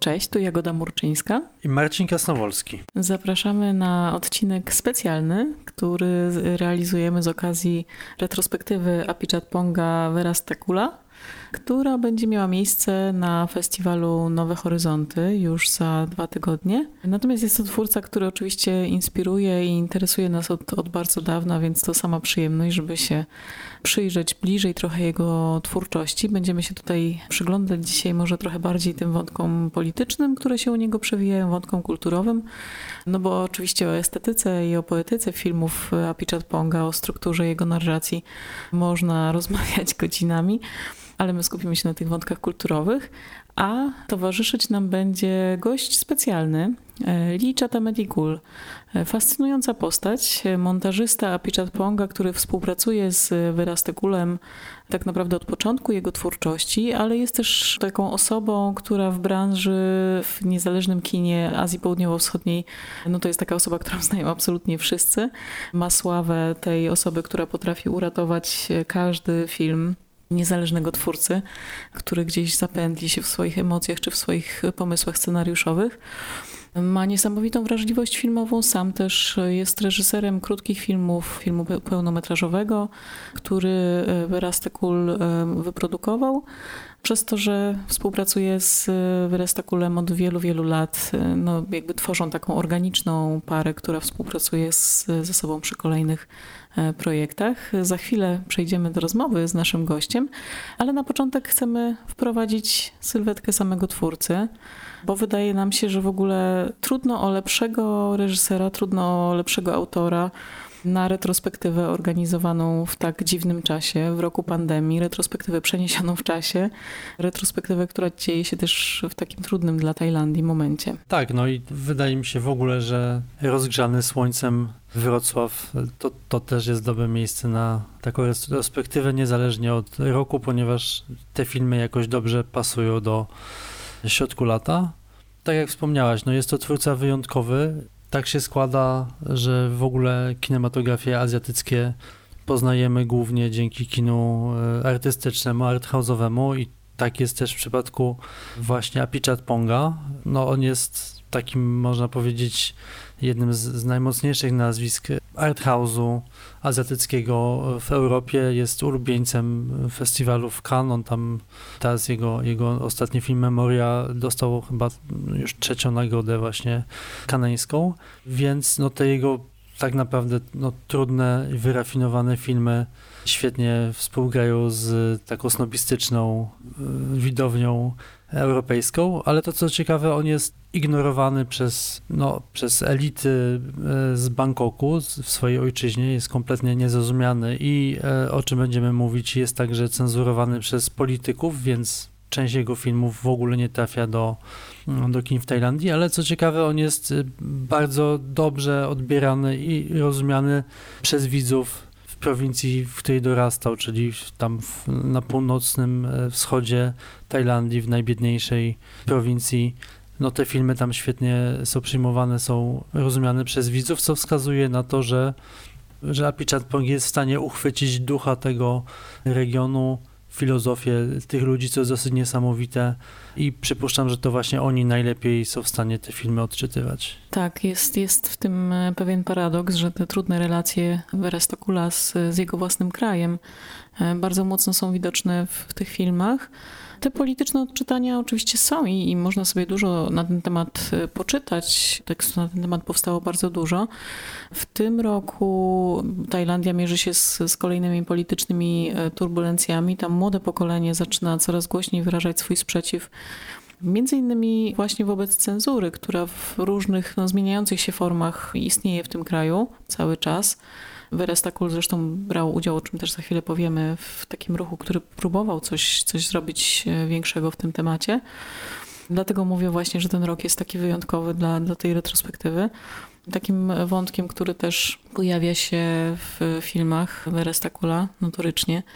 Cześć, tu Jagoda Murczyńska i Marcin Krasnowolski. Zapraszamy na odcinek specjalny, który realizujemy z okazji retrospektywy Apichatponga Verastekula, która będzie miała miejsce na festiwalu Nowe Horyzonty już za 2 tygodnie. Natomiast jest to twórca, który oczywiście inspiruje i interesuje nas od bardzo dawna, więc to sama przyjemność, żeby się przyjrzeć bliżej trochę jego twórczości. Będziemy się tutaj przyglądać dzisiaj może trochę bardziej tym wątkom politycznym, które się u niego przewijają, wątkom kulturowym, no bo oczywiście o estetyce i o poetyce filmów Apichatponga, o strukturze jego narracji można rozmawiać godzinami, ale my skupimy się na tych wątkach kulturowych, a towarzyszyć nam będzie gość specjalny, Lee Chattamedikul. Fascynująca postać, montażysta Apichatponga, który współpracuje z Verastekulem tak naprawdę od początku jego twórczości, ale jest też taką osobą, która w branży, w niezależnym kinie Azji Południowo-Wschodniej, no to jest taka osoba, którą znają absolutnie wszyscy. Ma sławę tej osoby, która potrafi uratować każdy film niezależnego twórcy, który gdzieś zapętli się w swoich emocjach czy w swoich pomysłach scenariuszowych. Ma niesamowitą wrażliwość filmową, sam też jest reżyserem krótkich filmów, filmu pełnometrażowego, który Verastekul wyprodukował. Przez to, że współpracuje z Verastekulem od wielu, wielu lat, no jakby tworzą taką organiczną parę, która współpracuje ze sobą przy kolejnych projektach. Za chwilę przejdziemy do rozmowy z naszym gościem, ale na początek chcemy wprowadzić sylwetkę samego twórcy, bo wydaje nam się, że w ogóle trudno o lepszego reżysera, trudno o lepszego autora na retrospektywę organizowaną w tak dziwnym czasie, w roku pandemii, retrospektywę przeniesioną w czasie, retrospektywę, która dzieje się też w takim trudnym dla Tajlandii momencie. Tak, no i wydaje mi się w ogóle, że rozgrzany słońcem Wrocław to też jest dobre miejsce na taką retrospektywę niezależnie od roku, ponieważ te filmy jakoś dobrze pasują do środku lata. Tak jak wspomniałaś, no jest to twórca wyjątkowy. Tak się składa, że w ogóle kinematografie azjatyckie poznajemy głównie dzięki kinu artystycznemu, arthouse'owemu i tak jest też w przypadku właśnie Apichatponga. No on jest takim, można powiedzieć, jednym z najmocniejszych nazwisk arthouse'u azjatyckiego w Europie. Jest ulubieńcem festiwalu w Cannes. On tam teraz jego ostatni film Memoria dostał chyba już 3. nagrodę właśnie kanańską, więc no te jego tak naprawdę trudne i wyrafinowane filmy świetnie współgrają z taką snobistyczną widownią europejską, ale to co ciekawe, on jest ignorowany przez elity z Bangkoku, w swojej ojczyźnie, jest kompletnie niezrozumiany i o czym będziemy mówić, jest także cenzurowany przez polityków, więc część jego filmów w ogóle nie trafia do kin w Tajlandii, ale co ciekawe, on jest bardzo dobrze odbierany i rozumiany przez widzów w prowincji, w której dorastał, czyli tam na północnym wschodzie Tajlandii, w najbiedniejszej prowincji. No te filmy tam świetnie są przyjmowane, są rozumiane przez widzów, co wskazuje na to, że Apichatpong jest w stanie uchwycić ducha tego regionu, filozofię tych ludzi, co jest dosyć niesamowite i przypuszczam, że to właśnie oni najlepiej są w stanie te filmy odczytywać. Tak, jest w tym pewien paradoks, że te trudne relacje Verastekula z jego własnym krajem bardzo mocno są widoczne w tych filmach. Te polityczne odczytania oczywiście są i można sobie dużo na ten temat poczytać. Tekstu na ten temat powstało bardzo dużo. W tym roku Tajlandia mierzy się z kolejnymi politycznymi turbulencjami. Tam młode pokolenie zaczyna coraz głośniej wyrażać swój sprzeciw. Między innymi właśnie wobec cenzury, która w różnych zmieniających się formach istnieje w tym kraju cały czas. Verastekul zresztą brał udział, o czym też za chwilę powiemy, w takim ruchu, który próbował coś zrobić większego w tym temacie. Dlatego mówię właśnie, że ten rok jest taki wyjątkowy dla tej retrospektywy. Takim wątkiem, który też pojawia się w filmach Verastekula notorycznie,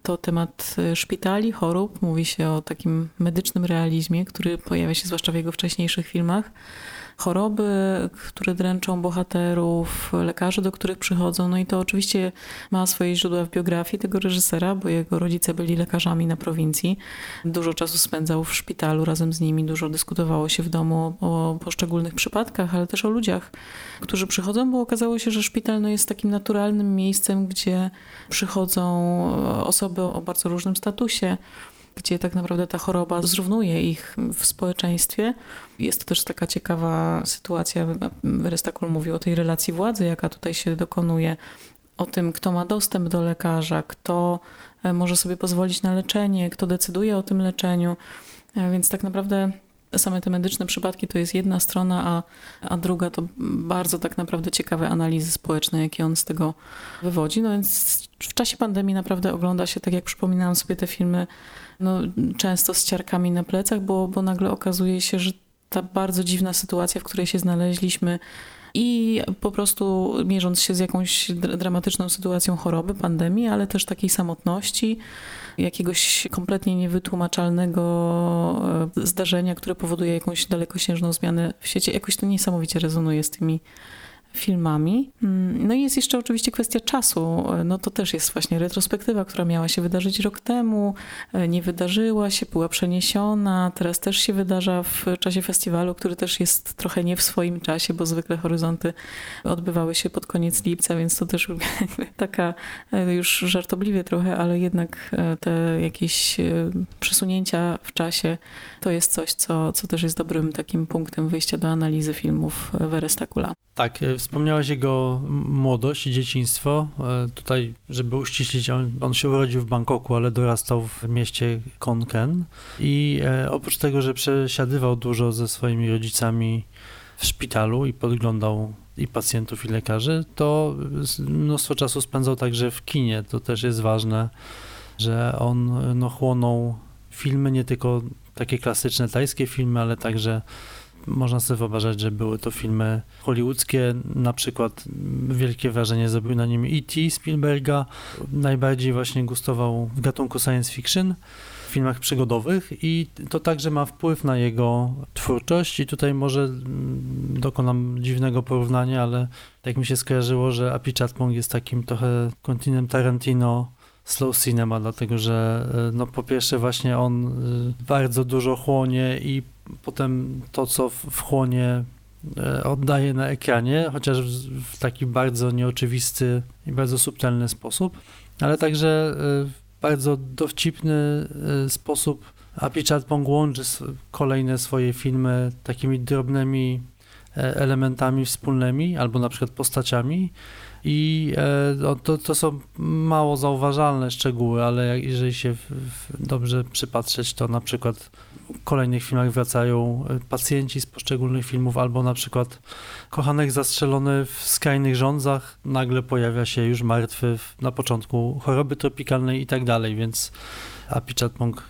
to temat szpitali, chorób. Mówi się o takim medycznym realizmie, który pojawia się zwłaszcza w jego wcześniejszych filmach. Choroby, które dręczą bohaterów, lekarzy, do których przychodzą. No i to oczywiście ma swoje źródła w biografii tego reżysera, bo jego rodzice byli lekarzami na prowincji. Dużo czasu spędzał w szpitalu razem z nimi, dużo dyskutowało się w domu o poszczególnych przypadkach, ale też o ludziach, którzy przychodzą, bo okazało się, że szpital jest takim naturalnym miejscem, gdzie przychodzą osoby o bardzo różnym statusie, gdzie tak naprawdę ta choroba zrównuje ich w społeczeństwie. Jest to też taka ciekawa sytuacja. Restakul mówił o tej relacji władzy, jaka tutaj się dokonuje, o tym, kto ma dostęp do lekarza, kto może sobie pozwolić na leczenie, kto decyduje o tym leczeniu. Więc tak naprawdę same te medyczne przypadki to jest jedna strona, a druga to bardzo tak naprawdę ciekawe analizy społeczne, jakie on z tego wywodzi. No więc w czasie pandemii naprawdę ogląda się, tak jak przypominałam sobie te filmy, często z ciarkami na plecach, bo nagle okazuje się, że ta bardzo dziwna sytuacja, w której się znaleźliśmy i po prostu mierząc się z jakąś dramatyczną sytuacją choroby, pandemii, ale też takiej samotności, jakiegoś kompletnie niewytłumaczalnego zdarzenia, które powoduje jakąś dalekosiężną zmianę w świecie. Jakoś to niesamowicie rezonuje z tymi filmami. No i jest jeszcze oczywiście kwestia czasu. No to też jest właśnie retrospektywa, która miała się wydarzyć rok temu, nie wydarzyła się, była przeniesiona, teraz też się wydarza w czasie festiwalu, który też jest trochę nie w swoim czasie, bo zwykle horyzonty odbywały się pod koniec lipca, więc to też taka już żartobliwie trochę, ale jednak te jakieś przesunięcia w czasie to jest coś, co też jest dobrym takim punktem wyjścia do analizy filmów Verestakula. Tak, wspomniałeś jego młodość i dzieciństwo. Tutaj, żeby uściślić, on się urodził w Bangkoku, ale dorastał w mieście Khon Kaen i oprócz tego, że przesiadywał dużo ze swoimi rodzicami w szpitalu i podglądał i pacjentów, i lekarzy, to mnóstwo czasu spędzał także w kinie. To też jest ważne, że on chłonął filmy, nie tylko takie klasyczne tajskie filmy, ale także można sobie wyobrażać, że były to filmy hollywoodzkie. Na przykład wielkie wrażenie zrobił na nim E.T. Spielberga. Najbardziej właśnie gustował w gatunku science fiction, w filmach przygodowych i to także ma wpływ na jego twórczość i tutaj może dokonam dziwnego porównania, ale tak mi się skojarzyło, że Apichatpong jest takim trochę Quentinem Tarantino slow cinema, dlatego że po pierwsze właśnie on bardzo dużo chłonie i potem to, co wchłonie, oddaje na ekranie, chociaż w taki bardzo nieoczywisty i bardzo subtelny sposób, ale także w bardzo dowcipny sposób Apichatpong łączy kolejne swoje filmy takimi drobnymi elementami wspólnymi albo na przykład postaciami i to są mało zauważalne szczegóły, ale jeżeli się dobrze przypatrzeć, to na przykład w kolejnych filmach wracają pacjenci z poszczególnych filmów, albo na przykład kochanek zastrzelony w skrajnych żądzach nagle pojawia się już martwy na początku choroby tropikalnej i tak dalej, więc Apichatpong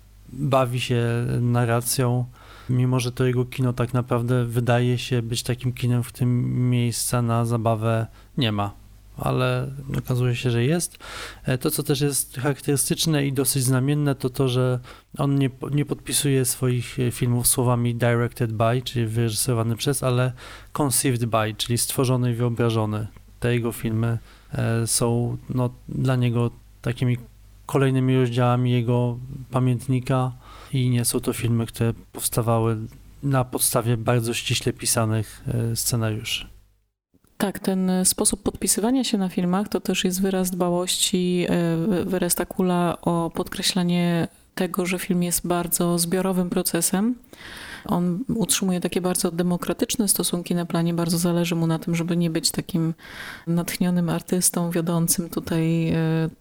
bawi się narracją, mimo że to jego kino tak naprawdę wydaje się być takim kinem, w którym miejsca na zabawę nie ma, ale okazuje się, że jest. To, co też jest charakterystyczne i dosyć znamienne, to to, że on nie podpisuje swoich filmów słowami directed by, czyli wyreżyserowany przez, ale conceived by, czyli stworzony i wyobrażony. Te jego filmy są dla niego takimi kolejnymi rozdziałami jego pamiętnika i nie są to filmy, które powstawały na podstawie bardzo ściśle pisanych scenariuszy. Tak, ten sposób podpisywania się na filmach to też jest wyraz dbałości Verestakula o podkreślanie tego, że film jest bardzo zbiorowym procesem. On utrzymuje takie bardzo demokratyczne stosunki na planie, bardzo zależy mu na tym, żeby nie być takim natchnionym artystą, wiodącym tutaj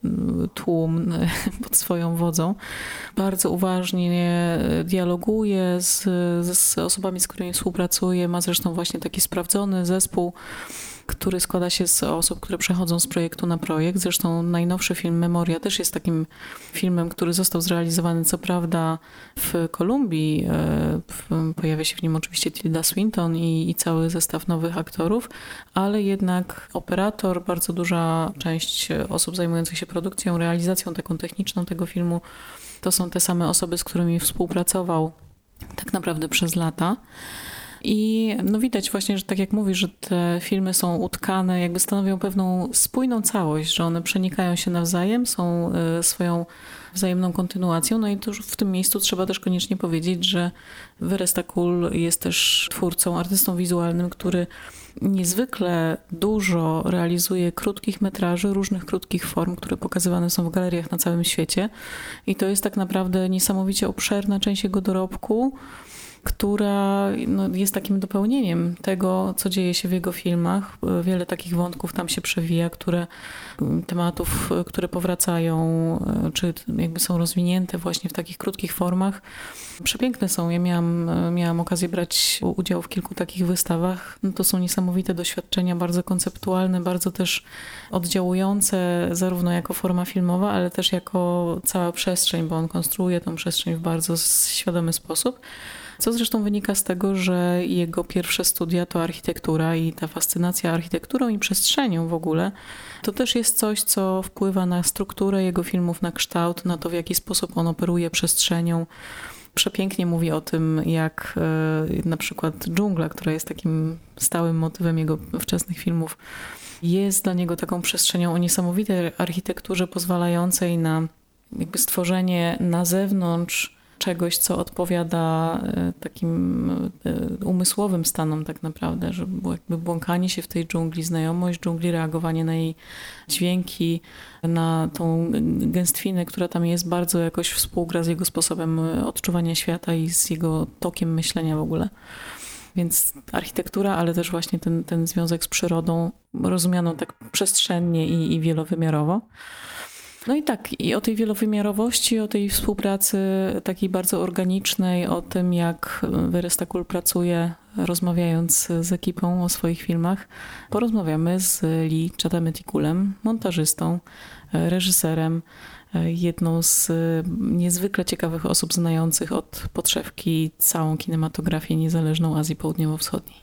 tłum pod swoją wodzą. Bardzo uważnie dialoguje z osobami, z którymi współpracuje, ma zresztą właśnie taki sprawdzony zespół który składa się z osób, które przechodzą z projektu na projekt. Zresztą najnowszy film Memoria też jest takim filmem, który został zrealizowany co prawda w Kolumbii. Pojawia się w nim oczywiście Tilda Swinton i cały zestaw nowych aktorów, ale jednak operator, bardzo duża część osób zajmujących się produkcją, realizacją taką techniczną tego filmu, to są te same osoby, z którymi współpracował tak naprawdę przez lata. I no widać właśnie, że tak jak mówisz, że te filmy są utkane, jakby stanowią pewną spójną całość, że one przenikają się nawzajem, są swoją wzajemną kontynuacją. No i to już w tym miejscu trzeba też koniecznie powiedzieć, że Veresta Kul jest też twórcą, artystą wizualnym, który niezwykle dużo realizuje krótkich metraży, różnych krótkich form, które pokazywane są w galeriach na całym świecie. I to jest tak naprawdę niesamowicie obszerna część jego dorobku, która jest takim dopełnieniem tego, co dzieje się w jego filmach. Wiele takich wątków tam się przewija, tematów, które powracają, czy jakby są rozwinięte właśnie w takich krótkich formach. Przepiękne są. Ja miałam okazję brać udział w kilku takich wystawach. To są niesamowite doświadczenia, bardzo konceptualne, bardzo też oddziałujące zarówno jako forma filmowa, ale też jako cała przestrzeń, bo on konstruuje tą przestrzeń w bardzo świadomy sposób. Co zresztą wynika z tego, że jego pierwsze studia to architektura i ta fascynacja architekturą i przestrzenią w ogóle, to też jest coś, co wpływa na strukturę jego filmów, na kształt, na to, w jaki sposób on operuje przestrzenią. Przepięknie mówi o tym, jak na przykład dżungla, która jest takim stałym motywem jego wczesnych filmów, jest dla niego taką przestrzenią o niesamowitej architekturze pozwalającej na jakby stworzenie na zewnątrz czegoś, co odpowiada takim umysłowym stanom tak naprawdę, że było jakby błąkanie się w tej dżungli, znajomość dżungli, reagowanie na jej dźwięki, na tą gęstwinę, która tam jest, bardzo jakoś współgra z jego sposobem odczuwania świata i z jego tokiem myślenia w ogóle. Więc architektura, ale też właśnie ten związek z przyrodą, rozumianą tak przestrzennie i wielowymiarowo. No i tak, i o tej wielowymiarowości, o tej współpracy takiej bardzo organicznej, o tym, jak Veresta Kul pracuje, rozmawiając z ekipą o swoich filmach, porozmawiamy z Lee Chathametikulem, montażystą, reżyserem, jedną z niezwykle ciekawych osób znających od podszewki całą kinematografię niezależną Azji Południowo-Wschodniej.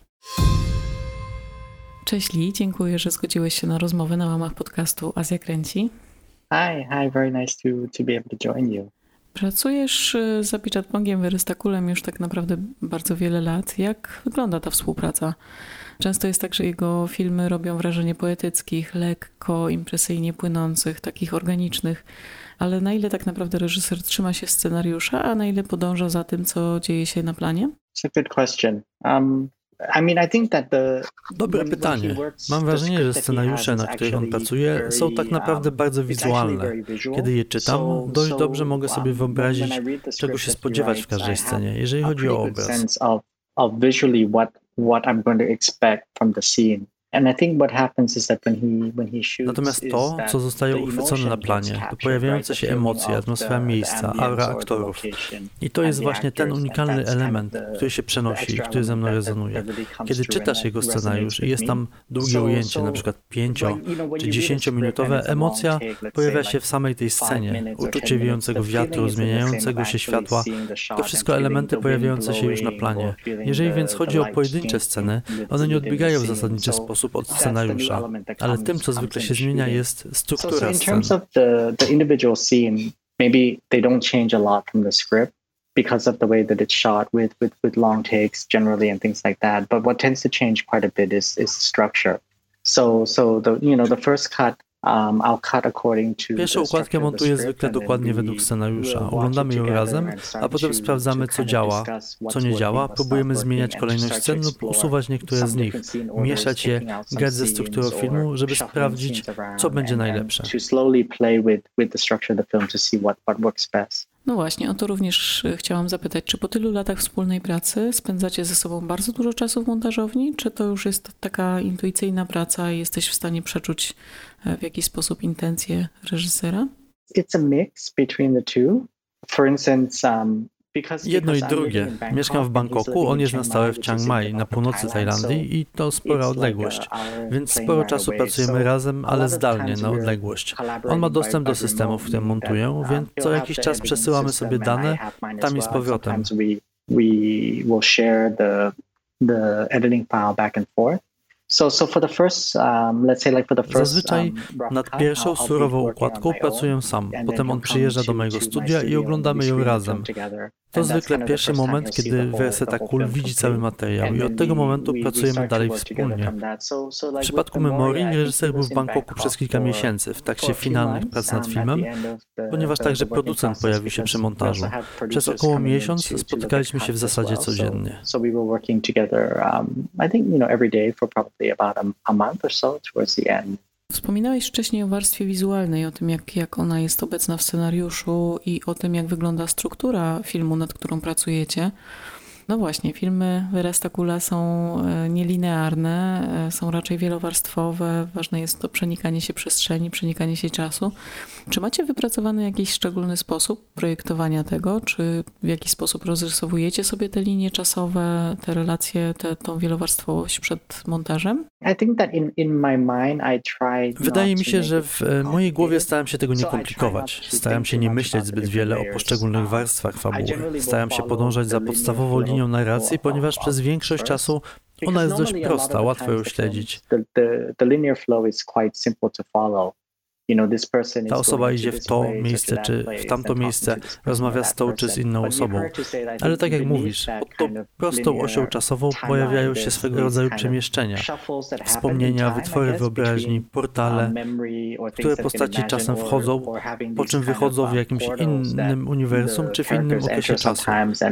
Cześć Lee, dziękuję, że zgodziłeś się na rozmowę na łamach podcastu Azja Kręci. Hi, very nice to be able to join you. Pracujesz z Apichatpongiem Veresta Kulem już tak naprawdę bardzo wiele lat. Jak wygląda ta współpraca? Często jest tak, że jego filmy robią wrażenie poetyckich, lekko, impresyjnie płynących, takich organicznych, ale na ile tak naprawdę reżyser trzyma się scenariusza, a na ile podąża za tym, co dzieje się na planie? It's a good question. I think that Dobre pytanie. Mam wrażenie, że scenariusze, na których on pracuje, są tak naprawdę bardzo wizualne. Kiedy je czytam, dość dobrze mogę sobie wyobrazić, czego się spodziewać w każdej scenie, jeżeli chodzi o obraz. Natomiast to, co zostaje uchwycone na planie, to pojawiające się emocje, atmosfera miejsca, aura aktorów. I to jest właśnie ten unikalny element, który się przenosi i który ze mną rezonuje. Kiedy czytasz jego scenariusz i jest tam długie ujęcie, na przykład 5 czy 10-minutowe, emocja pojawia się w samej tej scenie. Uczucie wiejącego wiatru, zmieniającego się światła, to wszystko elementy pojawiające się już na planie. Jeżeli więc chodzi o pojedyncze sceny, one nie odbiegają w zasadniczy sposób od scenariusza, ale tym, co zwykle się zmienia, jest struktura sceny. The individual scene, maybe they don't change a lot from the script because of the way that it's shot with long takes generally and things like that. But what tends to change quite a bit is structure. So the first cut, I'll cut according to Pierwszą układkę montuję zwykle dokładnie według scenariusza. Oglądamy ją razem, a potem sprawdzamy, co działa, co nie działa. Próbujemy zmieniać kolejność scen lub usuwać niektóre z nich, mieszać je, grać ze strukturą filmu, żeby sprawdzić, co będzie najlepsze. No właśnie, o to również chciałam zapytać. Czy po tylu latach wspólnej pracy spędzacie ze sobą bardzo dużo czasu w montażowni? Czy to już jest taka intuicyjna praca i jesteś w stanie przeczuć w jakiś sposób intencje reżysera? It's a mix between the two. For instance, Jedno i drugie. Mieszkam w Bangkoku, on jest na stałe w Chiang Mai, na północy Tajlandii i to spora odległość, więc sporo czasu pracujemy razem, ale zdalnie, na odległość. On ma dostęp do systemów, które montuję, więc co jakiś czas przesyłamy sobie dane tam i z powrotem. We will share the editing file back and forth. So for the first, let's say like for the first, Zazwyczaj nad pierwszą surową układką pracuję sam. Potem on przyjeżdża do mojego studia i oglądamy ją razem. To zwykle pierwszy moment, kiedy Verseta Cool widzi cały materiał i od tego momentu pracujemy dalej wspólnie. W przypadku Memory reżyser był w Bangkoku przez kilka miesięcy w trakcie finalnych prac nad filmem, ponieważ także producent pojawił się przy montażu. Przez około miesiąc spotykaliśmy się w zasadzie codziennie. Wspominałeś wcześniej o warstwie wizualnej, o tym jak ona jest obecna w scenariuszu i o tym jak wygląda struktura filmu, nad którą pracujecie. No właśnie, filmy Veresta Coola są nielinearne, są raczej wielowarstwowe, ważne jest to przenikanie się przestrzeni, przenikanie się czasu. Czy macie wypracowany jakiś szczególny sposób projektowania tego? Czy w jakiś sposób rozrysowujecie sobie te linie czasowe, te relacje, tą wielowarstwowość przed montażem? Wydaje mi się, że w mojej głowie starałem się tego nie komplikować. Starałem się nie myśleć zbyt wiele o poszczególnych warstwach fabuły. Starałem się podążać za podstawową linią narracji, ponieważ przez większość czasu ona jest dość prosta, łatwo ją śledzić. Ta osoba idzie w to miejsce czy w tamto miejsce, rozmawia z tą czy z inną osobą. Ale tak jak mówisz, pod tą prostą osią czasową pojawiają się swego rodzaju przemieszczenia, wspomnienia, wytwory wyobraźni, portale, w które postaci czasem wchodzą, po czym wychodzą w jakimś innym uniwersum czy w innym okresie czasu.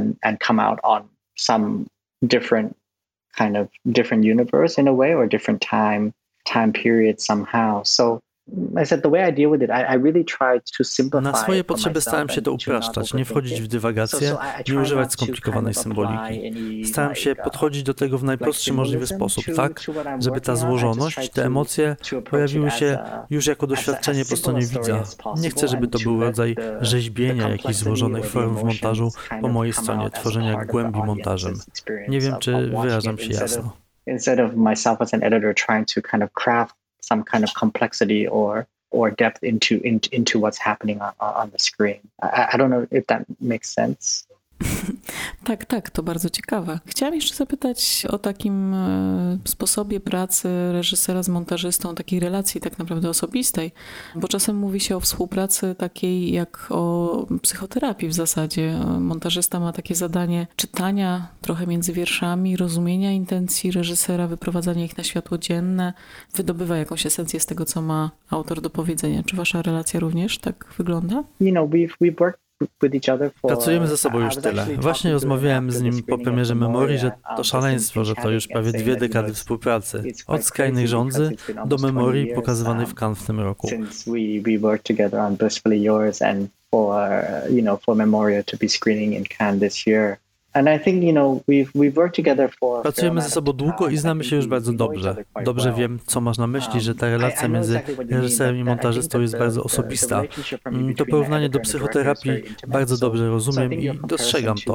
Different universe in a way or different time period somehow. So I said the way I deal with it, I really try to simplify. Na swoje potrzeby starałem się to upraszczać, nie wchodzić w dywagacje, nie używać skomplikowanej symboliki. Starałem się podchodzić do tego w najprostszy możliwy sposób, tak, żeby ta złożoność, te emocje pojawiły się już jako doświadczenie po stronie widza. Nie chcę, żeby to był rodzaj rzeźbienia jakichś złożonych form w montażu po mojej stronie, tworzenia głębi montażem. Nie wiem, czy wyrażam się jasno. Instead of myself as an editor trying to kind of craft some kind of complexity or depth into what's happening on the screen. I don't know if that makes sense. Tak, to bardzo ciekawe. Chciałam jeszcze zapytać o takim sposobie pracy reżysera z montażystą, takiej relacji tak naprawdę osobistej, bo czasem mówi się o współpracy takiej jak o psychoterapii w zasadzie. Montażysta ma takie zadanie czytania trochę między wierszami, rozumienia intencji reżysera, wyprowadzania ich na światło dzienne, wydobywa jakąś esencję z tego, co ma autor do powiedzenia. Czy wasza relacja również tak wygląda? We've worked Pracujemy ze sobą już tyle. Właśnie rozmawiałem z nim po premierze Memory, że to szaleństwo, że to już prawie 2 dekady współpracy. Od Skrajnej Żądzy do Memory pokazywanej w Cannes w tym roku. Pracujemy ze sobą długo i znamy się już bardzo dobrze. Dobrze wiem, co masz na myśli, że ta relacja między reżyserem i montażystą jest bardzo osobista. To porównanie do psychoterapii bardzo dobrze rozumiem i dostrzegam to.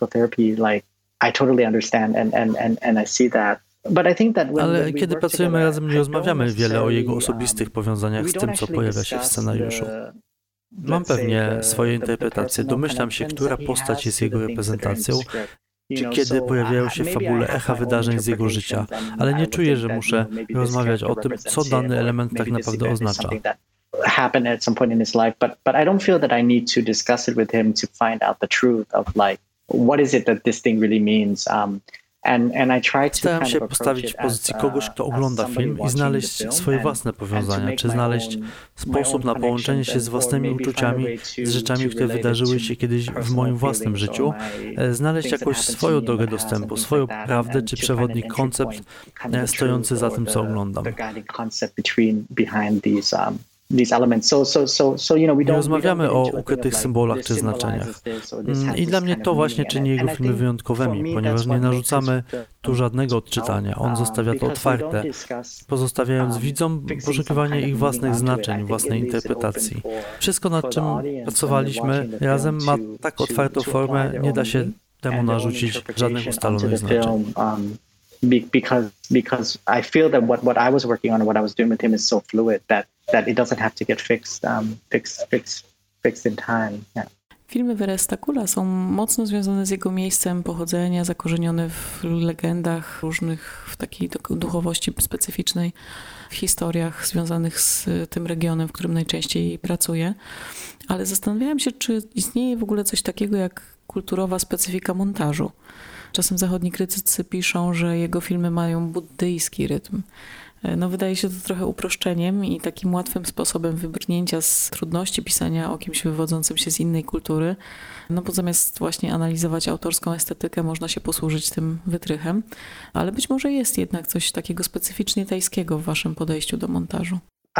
Ale kiedy pracujemy razem, nie rozmawiamy wiele o jego osobistych powiązaniach z tym, co pojawia się w scenariuszu. Mam pewnie swoje interpretacje, domyślam się, która postać jest jego reprezentacją, czy kiedy pojawiają się w fabule echa wydarzeń z jego życia, ale nie czuję, że muszę rozmawiać o tym, co dany element tak naprawdę oznacza. Happen at some point in his life, but I don't feel that I need to discuss it with him to find out the truth of like what is it that this thing really means. Staram się postawić w pozycji kogoś, kto ogląda film i znaleźć swoje własne powiązania, czy znaleźć sposób na połączenie się z własnymi uczuciami, z rzeczami, które wydarzyły się kiedyś w moim własnym życiu, znaleźć jakąś swoją drogę dostępu, swoją prawdę, czy przewodni koncept stojący za tym, co oglądam. these elements. Nie rozmawiamy o ukrytych symbolach czy znaczeniach. I dla mnie to właśnie czyni jego filmy wyjątkowymi, ponieważ nie narzucamy tu żadnego odczytania. On zostawia to otwarte, pozostawiając widzom poszukiwanie ich własnych znaczeń, własnej interpretacji. Wszystko, nad czym pracowaliśmy razem, ma tak otwartą formę, nie da się temu narzucić żadnych ustalonych znaczeń. Because I feel that what I was working on and what I was doing with him is so fluid that it doesn't have to get fixed in time. Yeah. Filmy Veresta Kula są mocno związane z jego miejscem pochodzenia, zakorzenione w legendach różnych, w takiej duchowości specyficznej, w historiach związanych z tym regionem, w którym najczęściej pracuje. Ale zastanawiałam się, czy istnieje w ogóle coś takiego jak kulturowa specyfika montażu. Czasem zachodni krytycy piszą, że jego filmy mają buddyjski rytm. No, wydaje się to trochę uproszczeniem i takim łatwym sposobem wybrnięcia z trudności pisania o kimś wywodzącym się z innej kultury. No bo zamiast właśnie analizować autorską estetykę, można się posłużyć tym wytrychem. Ale być może jest jednak coś takiego specyficznie tajskiego w waszym podejściu do montażu.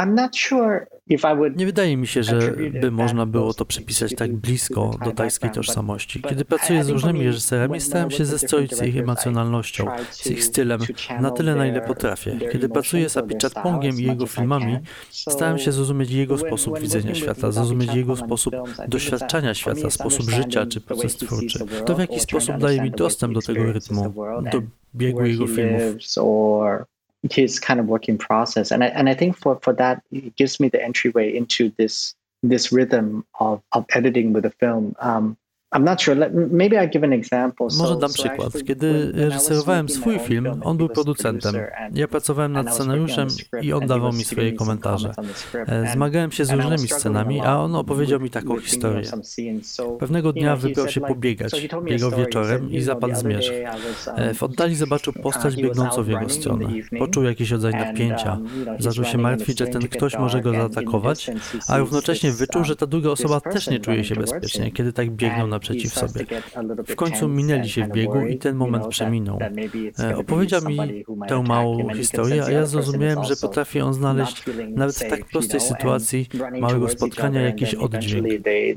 Nie wydaje mi się, że by można było to przypisać tak blisko do tajskiej tożsamości. Kiedy pracuję z różnymi reżyserami, staram się zestroić z ich emocjonalnością, z ich stylem, na tyle, na ile potrafię. Kiedy pracuję z Apichatpongiem i jego filmami, staram się zrozumieć jego sposób widzenia świata, zrozumieć jego sposób doświadczania świata, sposób życia czy proces twórczy. To w jaki sposób daje mi dostęp do tego rytmu, do biegu jego filmów. His kind of working process, and I think for that it gives me the entryway into this rhythm of editing with a film. I'm not sure. Maybe I give an example. Może dam przykład. Kiedy reżyserowałem swój film, on był producentem. Ja pracowałem nad scenariuszem i on dawał mi swoje komentarze. Zmagałem się z różnymi scenami, a on opowiedział mi taką historię. Pewnego dnia wybrał się pobiegać. Biegał wieczorem i zapadł zmierzch. W oddali zobaczył postać biegnącą w jego stronę. Poczuł jakiś rodzaj napięcia. Zaczął się martwić, że ten ktoś może go zaatakować, a równocześnie wyczuł, że ta druga osoba też nie czuje się bezpiecznie, kiedy tak biegnął naprzeciw sobie. W końcu minęli się w biegu i ten moment przeminął. Opowiedział mi tę małą historię, a ja zrozumiałem, że potrafi on znaleźć nawet w tak prostej sytuacji małego spotkania jakiś oddźwięk.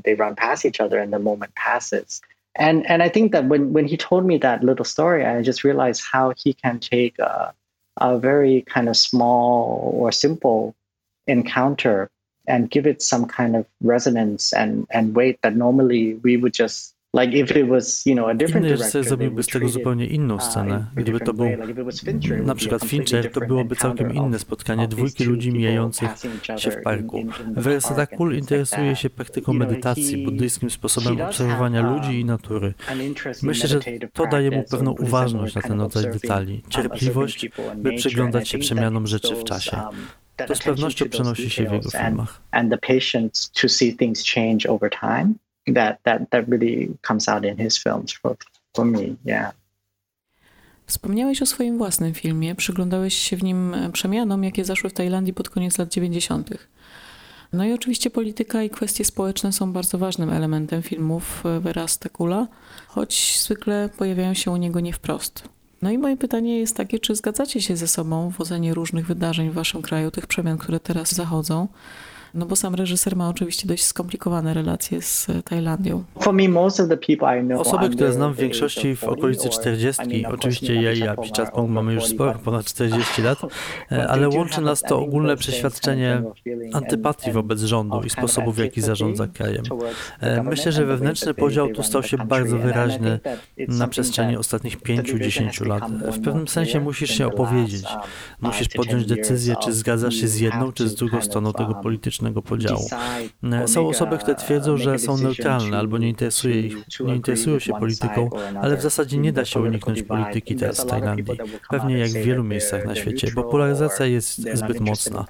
And I think that when he told me that little story, I just realized how he can take a very kind of small or simple encounter and give it some kind of resonance and weight that normally we would just, like if it was, a different reżyser zrobiłby z tego zupełnie inną scenę. Gdyby to był na przykład Fincher, to byłoby całkiem inne spotkanie dwójki ludzi mijających się w parku. Veresta Kula interesuje się praktyką medytacji, buddyjskim sposobem obserwowania ludzi i natury. Myślę, że to daje mu pewną uważność na ten rodzaj detali, cierpliwość, by przyglądać się przemianom rzeczy w czasie. To z pewnością przenosi się w jego filmach. And the patience to see things change over time, that really comes out in his films for me, yeah. Wspomniałeś o swoim własnym filmie, przyglądałeś się w nim przemianom, jakie zaszły w Tajlandii pod koniec lat 90. No i oczywiście polityka i kwestie społeczne są bardzo ważnym elementem filmów Veresta Kula, choć zwykle pojawiają się u niego nie wprost. No i moje pytanie jest takie, czy zgadzacie się ze sobą w ocenie różnych wydarzeń w waszym kraju, tych przemian, które teraz zachodzą? No bo sam reżyser ma oczywiście dość skomplikowane relacje z Tajlandią. Osoby, które znam w większości w okolicy 40, oczywiście ja i Apichatpong mamy już sporo, ponad 40 lat, ale łączy nas to ogólne przeświadczenie antypatii wobec rządu i sposobu, w jaki zarządza krajem. Myślę, że wewnętrzny podział tu stał się bardzo wyraźny na przestrzeni ostatnich 5-10 lat. W pewnym sensie musisz się opowiedzieć. Musisz podjąć decyzję, czy zgadzasz się z jedną, czy z drugą stroną tego politycznego podziału. Są osoby, które twierdzą, że są neutralne albo nie interesują się polityką, ale w zasadzie nie da się uniknąć polityki teraz w Tajlandii. Pewnie jak w wielu miejscach na świecie. Popularyzacja jest zbyt mocna.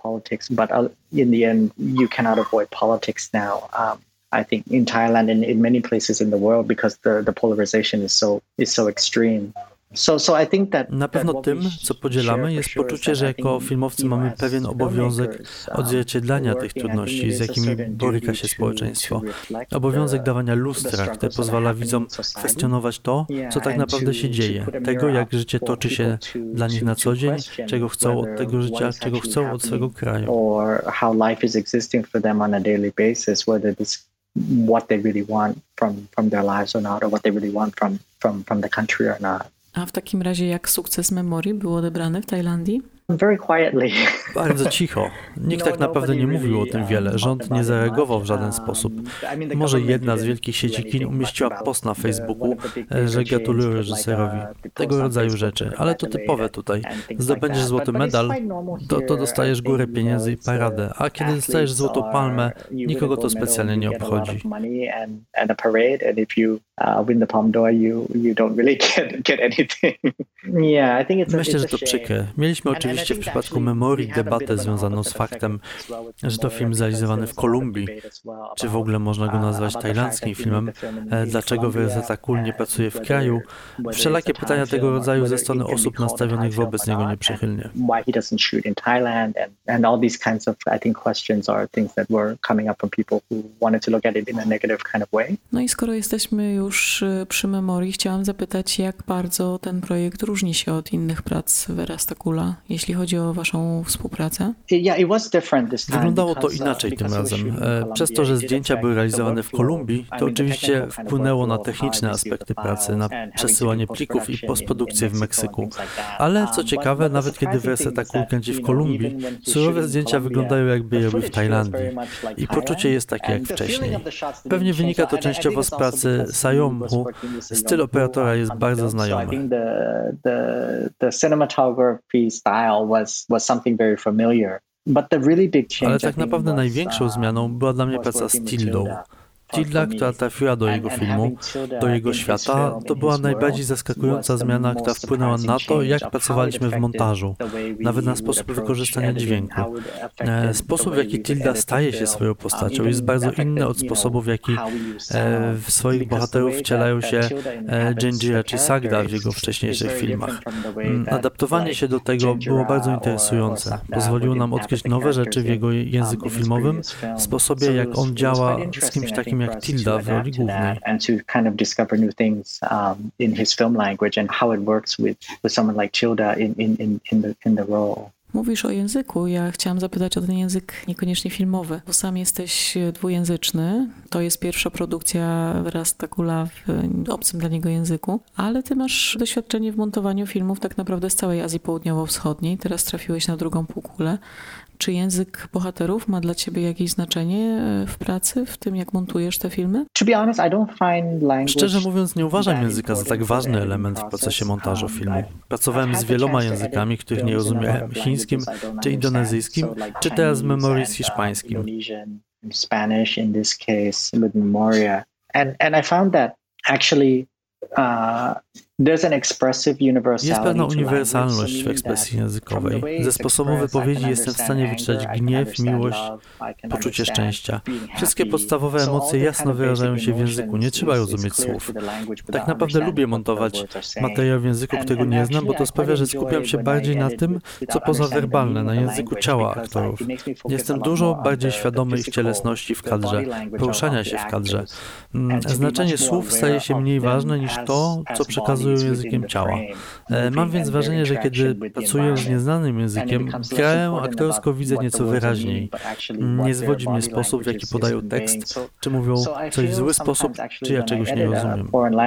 I think in Thailand and in many places in the world because the polarization is so extreme. Na pewno tym, co podzielamy, jest poczucie, że jako filmowcy mamy pewien obowiązek odzwierciedlania tych trudności, z jakimi boryka się społeczeństwo. Obowiązek dawania lustra, który pozwala widzom kwestionować to, co tak naprawdę się dzieje, tego, jak życie toczy się dla nich na co dzień, czego chcą od tego życia, czego chcą od swego kraju. What they really want from their lives or not, or what they really want from the country or not. A w takim razie jak sukces Memory był odebrany w Tajlandii? Very quietly. Bardzo cicho. Nikt tak naprawdę nie mówił o tym wiele. Rząd nie zareagował w żaden sposób. Może jedna z wielkich sieci kin umieściła post na Facebooku, że gratulują reżyserowi. Tego rodzaju rzeczy. Ale to typowe tutaj. Zdobędziesz złoty medal, to dostajesz górę pieniędzy i paradę. A kiedy dostajesz złotą palmę, nikogo to specjalnie nie obchodzi. Myślę, że to przykre. Mieliśmy oczywiście w przypadku Memory debatę związaną z faktem, że to film zrealizowany w Kolumbii. Czy w ogóle można go nazwać tajlandzkim filmem? Dlaczego Verasetta Cool nie pracuje w kraju? Wszelakie pytania tego rodzaju ze strony osób nastawionych wobec niego nieprzychylnie. No i skoro jesteśmy już przy Memory, chciałam zapytać, jak bardzo ten projekt różni się od innych prac Verasetta Coola, jeśli chodzi o waszą współpracę? Wyglądało to inaczej tym razem. Przez to, że zdjęcia były realizowane w Kolumbii, to oczywiście wpłynęło na techniczne aspekty pracy, na przesyłanie plików i postprodukcję w Meksyku. Ale co ciekawe, nawet kiedy Verasetta Cool kręci w Kolumbii, surowe zdjęcia wyglądają jakby je robił w Tajlandii. I poczucie jest takie jak wcześniej. Pewnie wynika to częściowo z pracy Sayomhu. Styl operatora jest bardzo znajomy. Was something very familiar. But the really big change, ale tak naprawdę największą zmianą była dla mnie praca z Tildą. Tilda, która trafiła do jego filmu, do jego świata, to była najbardziej zaskakująca zmiana, która wpłynęła na to, jak pracowaliśmy w montażu, nawet na sposób wykorzystania dźwięku. Sposób, w jaki Tilda staje się swoją postacią, jest bardzo inny od sposobu, w jaki w swoich bohaterów wcielają się Janjira czy Sagda w jego wcześniejszych filmach. Adaptowanie się do tego było bardzo interesujące. Pozwoliło nam odkryć nowe rzeczy w jego języku filmowym, w sposobie, jak on działa z kimś takim jak Tilda w roli głównej. And to kind of discover new things in his film language and how it works with someone like Tilda in the role. Mówisz o języku. Ja chciałam zapytać o ten język niekoniecznie filmowy, bo sam jesteś dwujęzyczny. To jest pierwsza produkcja Verasetta Coola w obcym dla niego języku, ale ty masz doświadczenie w montowaniu filmów tak naprawdę z całej Azji Południowo-Wschodniej. Teraz trafiłeś na drugą półkulę. Czy język bohaterów ma dla ciebie jakieś znaczenie w pracy, w tym jak montujesz te filmy? Szczerze mówiąc, nie uważam języka za tak ważny element w procesie montażu filmu. Pracowałem z wieloma językami, których nie rozumiałem, chińskim czy indonezyjskim, czy teraz z Memory z hiszpańskim. Spanish in this case with Memoria. And I found that actually jest pewna uniwersalność w ekspresji językowej. Ze sposobu wypowiedzi jestem w stanie wyczytać gniew, miłość, poczucie szczęścia. Wszystkie podstawowe emocje jasno wyrażają się w języku, nie trzeba rozumieć słów. Tak naprawdę lubię montować materiał w języku, którego nie znam, bo to sprawia, że skupiam się bardziej na tym, co pozawerbalne, na języku ciała aktorów. Jestem dużo bardziej świadomy ich cielesności w kadrze, poruszania się w kadrze. Znaczenie słów staje się mniej ważne niż to, co przekazują językiem ciała. Mam więc wrażenie, że kiedy pracuję z nieznanym językiem, grę aktorsko widzę nieco wyraźniej. Nie zwodzi mnie sposób, w jaki podają tekst, czy mówią coś w zły sposób, czy ja czegoś nie rozumiem.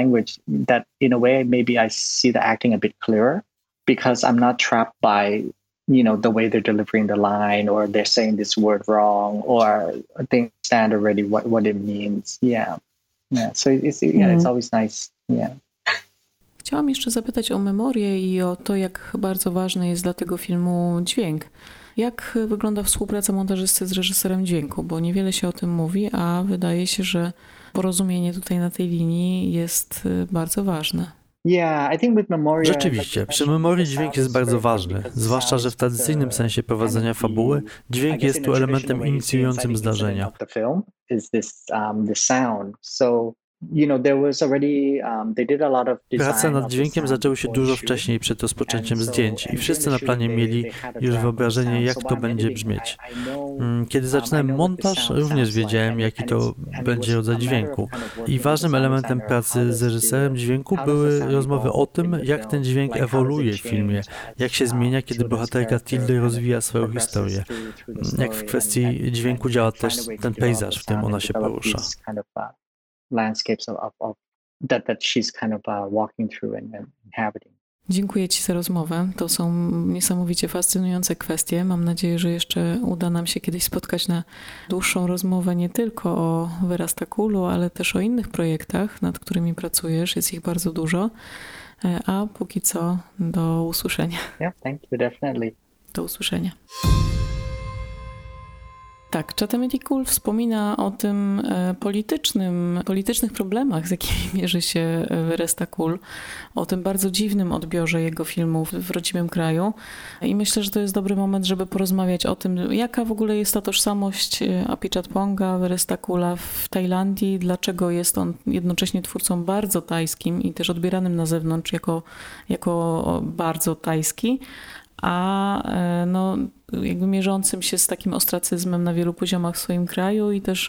The way they're delivering the line, or they're saying this word wrong, or they understand already what it means. So it's always nice. Chciałam jeszcze zapytać o Memorię i o to, jak bardzo ważny jest dla tego filmu dźwięk. Jak wygląda współpraca montażysty z reżyserem dźwięku? Bo niewiele się o tym mówi, a wydaje się, że porozumienie tutaj na tej linii jest bardzo ważne. Rzeczywiście, przy Memory dźwięk jest bardzo ważny, zwłaszcza, że w tradycyjnym sensie prowadzenia fabuły dźwięk jest tu elementem inicjującym zdarzenia. there was already they did a lot of design. Prace nad of the dźwiękiem sound zaczęły się before dużo shoot. wcześniej przed rozpoczęciem And so- zdjęć i and wszyscy during na the planie shooting, mieli they had a już draft wyobrażenie, sound. jak So to what I'm będzie editing, brzmieć. I know, Kiedy zaczynałem I know what the montaż, sound również sounds like, wiedziałem, jaki to będzie rodzaj dźwięku. I ważnym elementem pracy z reżyserem dźwięku były rozmowy o tym, jak ten dźwięk ewoluuje w filmie, jak się zmienia, kiedy bohaterka Tildy rozwija swoją historię. Jak w kwestii dźwięku działa też ten pejzaż, w którym ona się porusza. Landscapes of that she's kind of walking through and inhabiting. Dziękuję Ci za rozmowę. To są niesamowicie fascynujące kwestie. Mam nadzieję, że jeszcze uda nam się kiedyś spotkać na dłuższą rozmowę nie tylko o Verastakulu, ale też o innych projektach, nad którymi pracujesz. Jest ich bardzo dużo. A póki co do usłyszenia. Yeah, thank you, definitely. Do usłyszenia. Tak, Chattemetikul wspomina o tym politycznych problemach, z jakimi mierzy się Verastakul, o tym bardzo dziwnym odbiorze jego filmów w rodzimym kraju. I myślę, że to jest dobry moment, żeby porozmawiać o tym, jaka w ogóle jest ta tożsamość Apichatponga, Verastakula w Tajlandii, dlaczego jest on jednocześnie twórcą bardzo tajskim i też odbieranym na zewnątrz jako bardzo tajski, a jakby mierzącym się z takim ostracyzmem na wielu poziomach w swoim kraju i też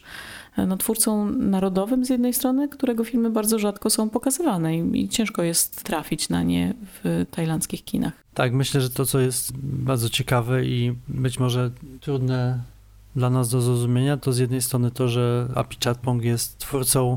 twórcą narodowym z jednej strony, którego filmy bardzo rzadko są pokazywane i ciężko jest trafić na nie w tajlandzkich kinach. Tak, myślę, że to, co jest bardzo ciekawe i być może trudne dla nas do zrozumienia, to z jednej strony to, że Apichatpong jest twórcą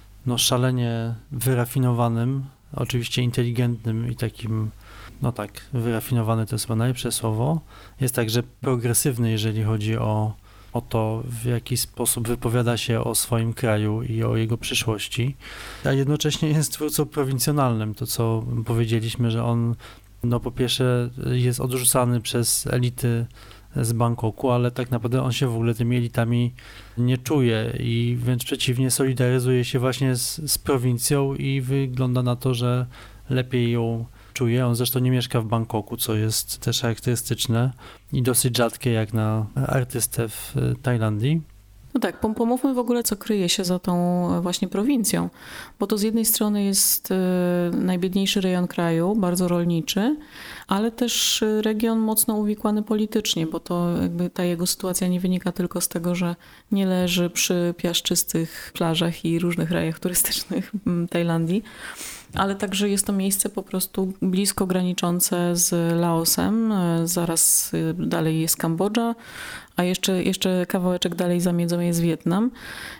szalenie wyrafinowanym, oczywiście inteligentnym i takim wyrafinowany to jest chyba najlepsze słowo. Jest także progresywny, jeżeli chodzi o to, w jaki sposób wypowiada się o swoim kraju i o jego przyszłości, a jednocześnie jest twórcą prowincjonalnym. To, co powiedzieliśmy, że on po pierwsze jest odrzucany przez elity z Bangkoku, ale tak naprawdę on się w ogóle tymi elitami nie czuje i wręcz przeciwnie, solidaryzuje się właśnie z prowincją i wygląda na to, że lepiej ją czuje. On zresztą nie mieszka w Bangkoku, co jest też charakterystyczne i dosyć rzadkie jak na artystę w Tajlandii. No tak, pomówmy w ogóle, co kryje się za tą właśnie prowincją, bo to z jednej strony jest najbiedniejszy rejon kraju, bardzo rolniczy, ale też region mocno uwikłany politycznie, bo to jakby ta jego sytuacja nie wynika tylko z tego, że nie leży przy piaszczystych plażach i różnych rajach turystycznych Tajlandii, ale także jest to miejsce po prostu blisko graniczące z Laosem, zaraz dalej jest Kambodża, a jeszcze kawałeczek dalej za miedzą jest Wietnam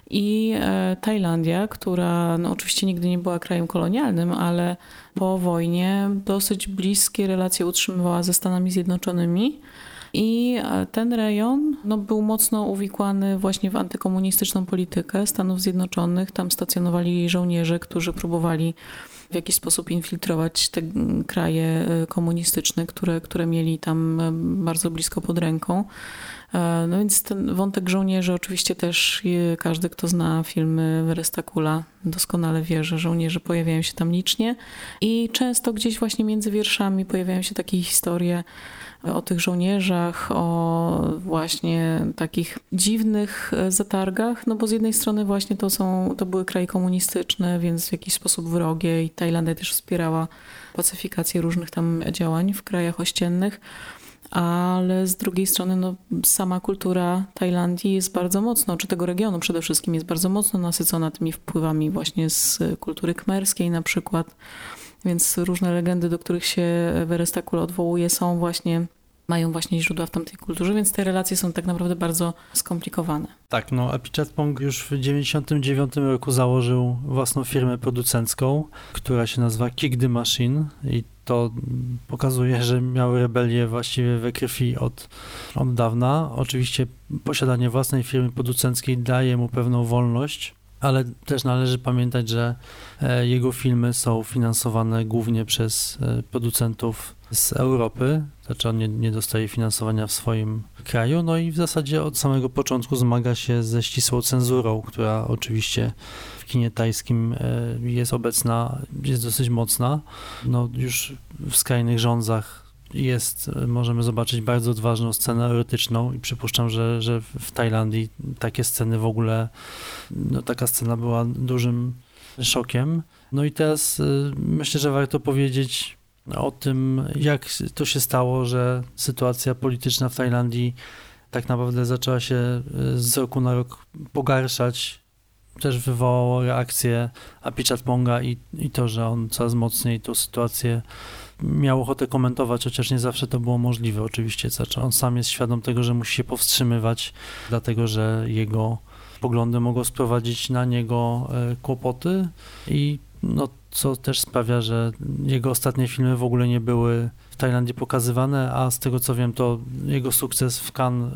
i Tajlandia, która oczywiście nigdy nie była krajem kolonialnym, ale po wojnie dosyć bliskie relacje utrzymywała ze Stanami Zjednoczonymi. I ten rejon był mocno uwikłany właśnie w antykomunistyczną politykę Stanów Zjednoczonych. Tam stacjonowali żołnierze, którzy próbowali w jakiś sposób infiltrować te kraje komunistyczne, które mieli tam bardzo blisko pod ręką. No więc ten wątek żołnierzy oczywiście też każdy, kto zna filmy Verastakula, doskonale wie, że żołnierze pojawiają się tam licznie i często gdzieś właśnie między wierszami pojawiają się takie historie o tych żołnierzach, o właśnie takich dziwnych zatargach, bo z jednej strony właśnie to były kraje komunistyczne, więc w jakiś sposób wrogie i Tajlandia też wspierała pacyfikację różnych tam działań w krajach ościennych, ale z drugiej strony sama kultura Tajlandii jest bardzo mocno, czy tego regionu przede wszystkim jest bardzo mocno nasycona tymi wpływami właśnie z kultury khmerskiej na przykład, więc różne legendy, do których się Verastakul odwołuje mają właśnie źródła w tamtej kulturze, więc te relacje są tak naprawdę bardzo skomplikowane. Tak, Apichatpong już w 1999 roku założył własną firmę producencką, która się nazywa Kick the Machine i to pokazuje, że miał rebelię właściwie we krwi od dawna. Oczywiście posiadanie własnej firmy producenckiej daje mu pewną wolność, ale też należy pamiętać, że jego filmy są finansowane głównie przez producentów z Europy, znaczy on nie dostaje finansowania w swoim kraju, i w zasadzie od samego początku zmaga się ze ścisłą cenzurą, która oczywiście w kinie tajskim jest obecna, jest dosyć mocna. Już w Skrajnych Żądzach możemy zobaczyć bardzo odważną scenę erotyczną i przypuszczam, że w Tajlandii takie sceny w ogóle, taka scena była dużym szokiem. No i teraz myślę, że warto powiedzieć o tym, jak to się stało, że sytuacja polityczna w Tajlandii tak naprawdę zaczęła się z roku na rok pogarszać. Też wywołało reakcję Apichatponga i to, że on coraz mocniej tą sytuację miał ochotę komentować, chociaż nie zawsze to było możliwe oczywiście. On sam jest świadom tego, że musi się powstrzymywać, dlatego że jego poglądy mogą sprowadzić na niego kłopoty i no, co też sprawia, że jego ostatnie filmy w ogóle nie były w Tajlandii pokazywane, a z tego co wiem, to jego sukces w Cannes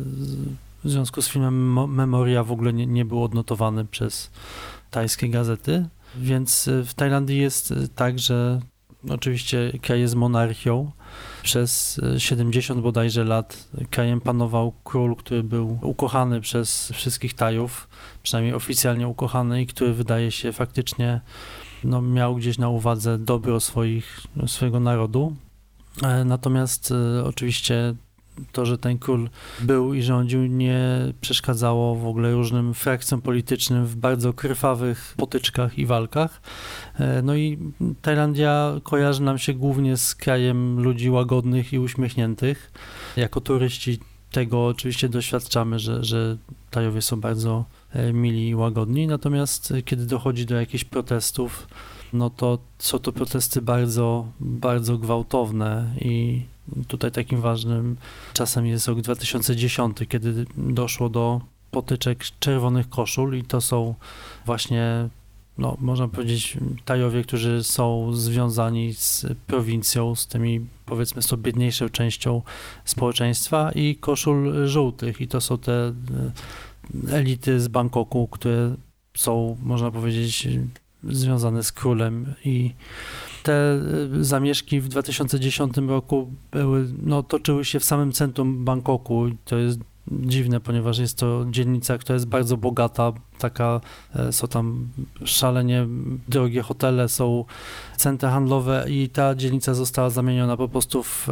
w związku z filmem Memoria w ogóle nie był odnotowany przez tajskie gazety, więc w Tajlandii jest tak, że oczywiście kraj jest monarchią. Przez 70 bodajże lat krajem panował król, który był ukochany przez wszystkich Tajów, przynajmniej oficjalnie ukochany i który wydaje się faktycznie miał gdzieś na uwadze dobro swojego narodu. Natomiast oczywiście to, że ten król był i rządził, nie przeszkadzało w ogóle różnym frakcjom politycznym w bardzo krwawych potyczkach i walkach. No i Tajlandia kojarzy nam się głównie z krajem ludzi łagodnych i uśmiechniętych. Jako turyści tego oczywiście doświadczamy, że Tajowie są bardzo mili i łagodni, natomiast kiedy dochodzi do jakichś protestów, no to są to protesty bardzo, bardzo gwałtowne i tutaj takim ważnym czasem jest rok 2010, kiedy doszło do potyczek czerwonych koszul i to są właśnie, można powiedzieć, Tajowie, którzy są związani z prowincją, z tymi, powiedzmy, z tą biedniejszą częścią społeczeństwa i koszul żółtych i to są te elity z Bangkoku, które są, można powiedzieć, związane z królem i te zamieszki w 2010 roku toczyły się w samym centrum Bangkoku. To jest dziwne, ponieważ jest to dzielnica, która jest bardzo bogata, są tam szalenie drogie hotele, są centra handlowe i ta dzielnica została zamieniona po prostu w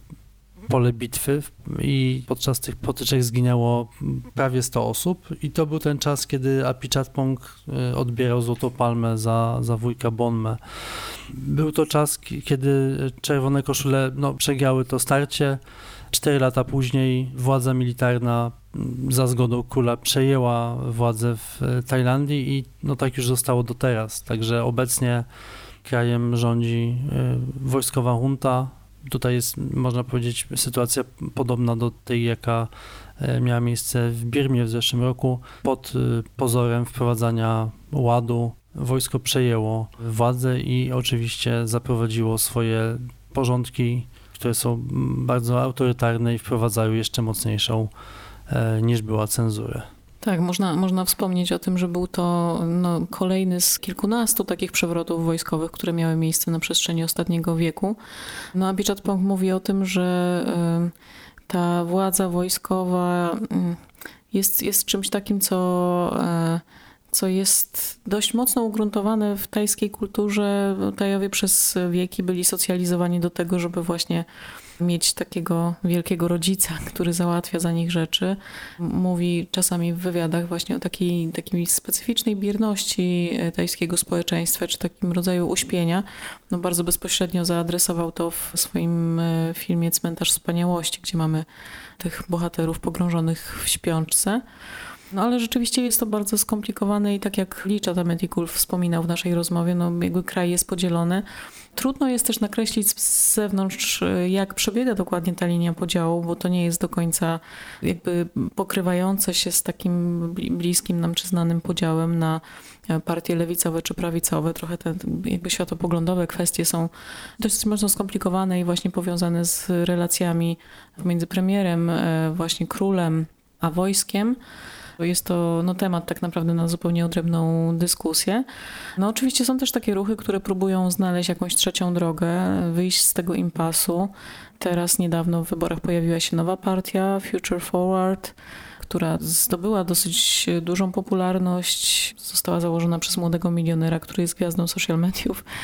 pole bitwy i podczas tych potyczek zginęło prawie 100 osób i to był ten czas, kiedy Apichatpong odbierał Złotą Palmę za wujka Bonmę. Był to czas, kiedy czerwone koszule przegrały to starcie. 4 lata później władza militarna za zgodą króla przejęła władzę w Tajlandii i tak już zostało do teraz. Także obecnie krajem rządzi wojskowa junta. Tutaj jest, można powiedzieć, sytuacja podobna do tej, jaka miała miejsce w Birmie w zeszłym roku. Pod pozorem wprowadzania ładu wojsko przejęło władzę i oczywiście zaprowadziło swoje porządki, które są bardzo autorytarne i wprowadzają jeszcze mocniejszą niż była cenzurę. Tak, można wspomnieć o tym, że był to kolejny z kilkunastu takich przewrotów wojskowych, które miały miejsce na przestrzeni ostatniego wieku. Apichatpong mówi o tym, że ta władza wojskowa jest czymś takim, co jest dość mocno ugruntowane w tajskiej kulturze. Tajowie przez wieki byli socjalizowani do tego, żeby właśnie mieć takiego wielkiego rodzica, który załatwia za nich rzeczy. Mówi czasami w wywiadach właśnie o takiej specyficznej bierności tajskiego społeczeństwa, czy takim rodzaju uśpienia. Bardzo bezpośrednio zaadresował to w swoim filmie Cmentarz Wspaniałości, gdzie mamy tych bohaterów pogrążonych w śpiączce. Ale rzeczywiście jest to bardzo skomplikowane i tak jak Licza Tametikulł wspominał w naszej rozmowie, jego kraj jest podzielony. Trudno jest też nakreślić z zewnątrz, jak przebiega dokładnie ta linia podziału, bo to nie jest do końca jakby pokrywające się z takim bliskim nam czy znanym podziałem na partie lewicowe czy prawicowe. Trochę te jakby światopoglądowe kwestie są dość mocno skomplikowane i właśnie powiązane z relacjami między premierem, właśnie królem, a wojskiem. Jest to temat tak naprawdę na zupełnie odrębną dyskusję. Oczywiście są też takie ruchy, które próbują znaleźć jakąś trzecią drogę, wyjść z tego impasu. Teraz niedawno w wyborach pojawiła się nowa partia, Future Forward, która zdobyła dosyć dużą popularność. Została założona przez młodego milionera, który jest gwiazdą social mediów.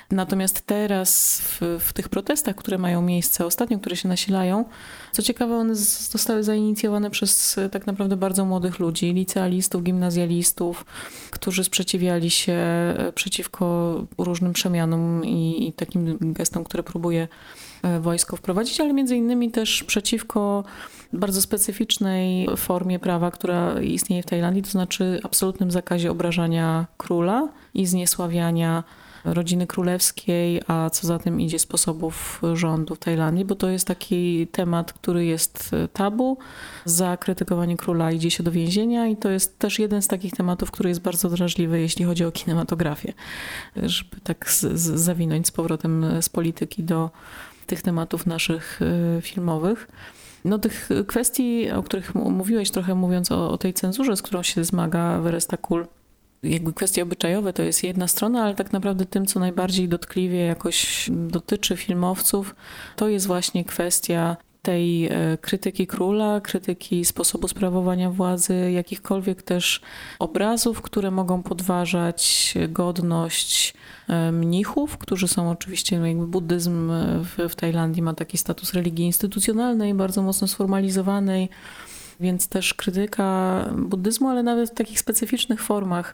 Natomiast teraz w tych protestach, które mają miejsce ostatnio, które się nasilają, co ciekawe, one zostały zainicjowane przez tak naprawdę bardzo młodych ludzi, licealistów, gimnazjalistów, którzy sprzeciwiali się przeciwko różnym przemianom i takim gestom, które próbuje wojsko wprowadzić, ale między innymi też przeciwko bardzo specyficznej formie prawa, która istnieje w Tajlandii, to znaczy absolutnym zakazie obrażania króla i zniesławiania rodziny królewskiej, a co za tym idzie sposobów rządu w Tajlandii, bo to jest taki temat, który jest tabu. Za krytykowanie króla idzie się do więzienia i to jest też jeden z takich tematów, który jest bardzo drażliwy, jeśli chodzi o kinematografię. Żeby tak zawinąć z powrotem z polityki do tych tematów naszych filmowych. No tych kwestii, o których mówiłeś trochę mówiąc o tej cenzurze, z którą się zmaga Werestakul, jakby kwestie obyczajowe to jest jedna strona, ale tak naprawdę tym, co najbardziej dotkliwie jakoś dotyczy filmowców, to jest właśnie kwestia tej krytyki króla, krytyki sposobu sprawowania władzy, jakichkolwiek też obrazów, które mogą podważać godność mnichów, którzy są oczywiście, jakby buddyzm w Tajlandii ma taki status religii instytucjonalnej, bardzo mocno sformalizowanej, więc też krytyka buddyzmu, ale nawet w takich specyficznych formach.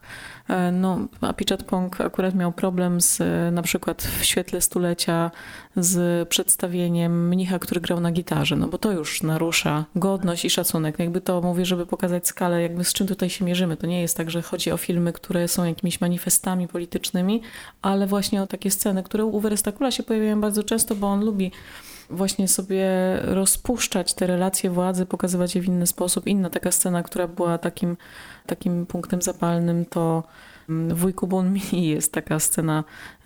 No, Apichatpong akurat miał problem na przykład w świetle stulecia z przedstawieniem mnicha, który grał na gitarze, no bo to już narusza godność i szacunek. Jakby to mówię, żeby pokazać skalę, jakby z czym tutaj się mierzymy. To nie jest tak, że chodzi o filmy, które są jakimiś manifestami politycznymi, ale właśnie o takie sceny, które u Werestakula się pojawiają bardzo często, bo on lubi właśnie sobie rozpuszczać te relacje władzy, pokazywać je w inny sposób. Inna taka scena, która była takim punktem zapalnym, to w Wujku Bon Mi jest taka scena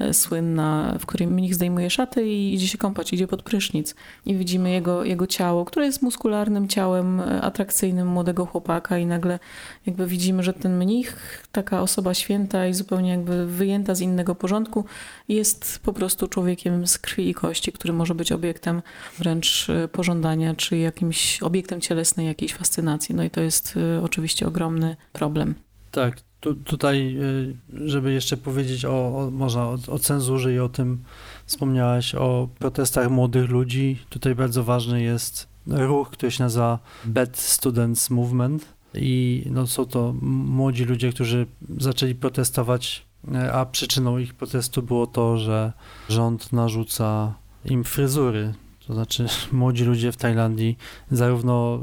słynna, w której mnich zdejmuje szaty i idzie się kąpać, idzie pod prysznic. I widzimy jego ciało, które jest muskularnym ciałem, atrakcyjnym młodego chłopaka i nagle jakby widzimy, że ten mnich, taka osoba święta i zupełnie jakby wyjęta z innego porządku, jest po prostu człowiekiem z krwi i kości, który może być obiektem wręcz pożądania, czy jakimś obiektem cielesnej jakiejś fascynacji. No i to jest oczywiście ogromny problem. Tak, tutaj, żeby jeszcze powiedzieć o cenzurze i o tym, wspomniałaś o protestach młodych ludzi. Tutaj bardzo ważny jest ruch, który się nazywa Bad Students Movement i no, są to młodzi ludzie, którzy zaczęli protestować, a przyczyną ich protestu było to, że rząd narzuca im fryzury. To znaczy młodzi ludzie w Tajlandii, zarówno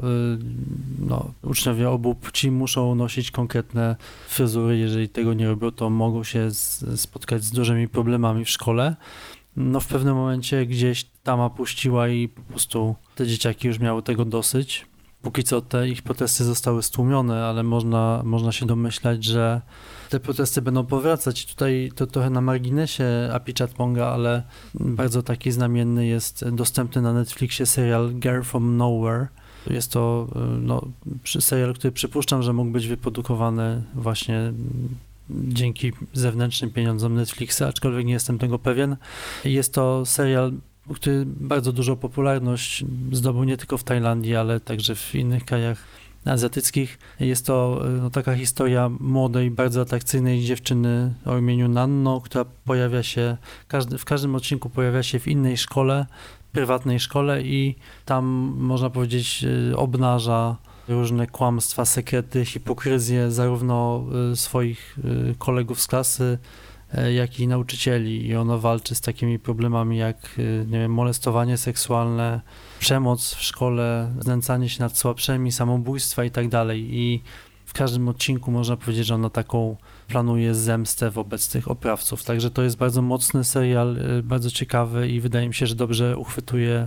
uczniowie obu płci muszą nosić konkretne fryzury. Jeżeli tego nie robią, to mogą się spotkać z dużymi problemami w szkole. No w pewnym momencie gdzieś tama puściła i po prostu te dzieciaki już miały tego dosyć. Póki co te ich protesty zostały stłumione, ale można się domyślać, że te protesty będą powracać. Tutaj to trochę na marginesie Apichatponga, ale bardzo taki znamienny jest dostępny na Netflixie serial Girl from Nowhere. Jest to serial, który przypuszczam, że mógł być wyprodukowany właśnie dzięki zewnętrznym pieniądzom Netflixa, aczkolwiek nie jestem tego pewien. Jest to serial, który bardzo dużą popularność zdobył nie tylko w Tajlandii, ale także w innych krajach azjatyckich. Jest to taka historia młodej, bardzo atrakcyjnej dziewczyny o imieniu Nanno, która pojawia się, w każdym odcinku pojawia się w innej szkole, prywatnej szkole i tam, można powiedzieć, obnaża różne kłamstwa, sekrety, hipokryzję zarówno swoich kolegów z klasy, jak i nauczycieli i ona walczy z takimi problemami jak, nie wiem, molestowanie seksualne, przemoc w szkole, znęcanie się nad słabszymi, samobójstwa i tak dalej. I w każdym odcinku można powiedzieć, że ona taką planuje zemstę wobec tych oprawców. Także to jest bardzo mocny serial, bardzo ciekawy i wydaje mi się, że dobrze uchwytuje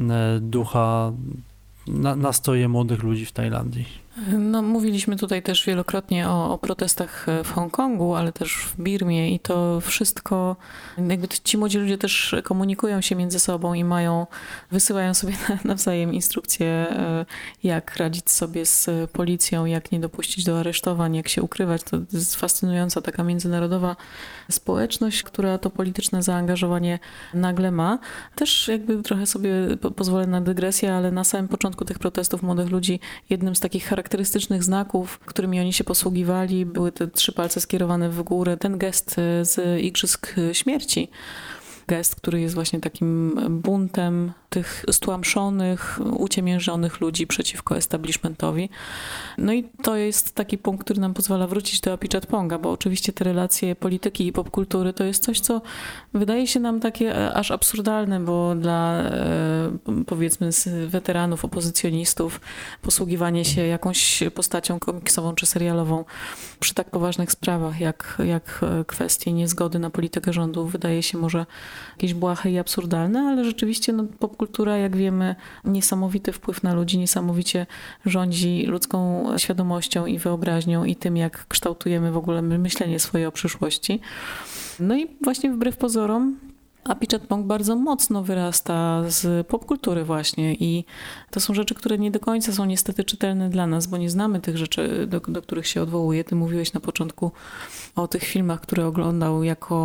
ducha, nastroje młodych ludzi w Tajlandii. No, mówiliśmy tutaj też wielokrotnie o protestach w Hongkongu, ale też w Birmie i to wszystko, jakby ci młodzi ludzie też komunikują się między sobą i wysyłają sobie nawzajem instrukcje, jak radzić sobie z policją, jak nie dopuścić do aresztowań, jak się ukrywać. To jest fascynująca taka międzynarodowa społeczność, która to polityczne zaangażowanie nagle ma. Też jakby trochę sobie pozwolę na dygresję, ale na samym początku tych protestów młodych ludzi jednym z takich charakterystycznych charakterystycznych znaków, którymi oni się posługiwali, były te 3 palce skierowane w górę. Ten gest z Igrzysk Śmierci, gest, który jest właśnie takim buntem tych stłamszonych, uciemiężonych ludzi przeciwko establishmentowi. No i to jest taki punkt, który nam pozwala wrócić do Apichatponga, bo oczywiście te relacje polityki i popkultury to jest coś, co wydaje się nam takie aż absurdalne, bo dla powiedzmy weteranów, opozycjonistów posługiwanie się jakąś postacią komiksową czy serialową przy tak poważnych sprawach jak kwestie niezgody na politykę rządu wydaje się może jakieś błahe i absurdalne, ale rzeczywiście popkultura, jak wiemy, niesamowity wpływ na ludzi, niesamowicie rządzi ludzką świadomością i wyobraźnią i tym, jak kształtujemy w ogóle myślenie swoje o przyszłości. No i właśnie wbrew pozorom Apichatpong bardzo mocno wyrasta z popkultury właśnie i to są rzeczy, które nie do końca są niestety czytelne dla nas, bo nie znamy tych rzeczy, do których się odwołuje. Ty mówiłeś na początku o tych filmach, które oglądał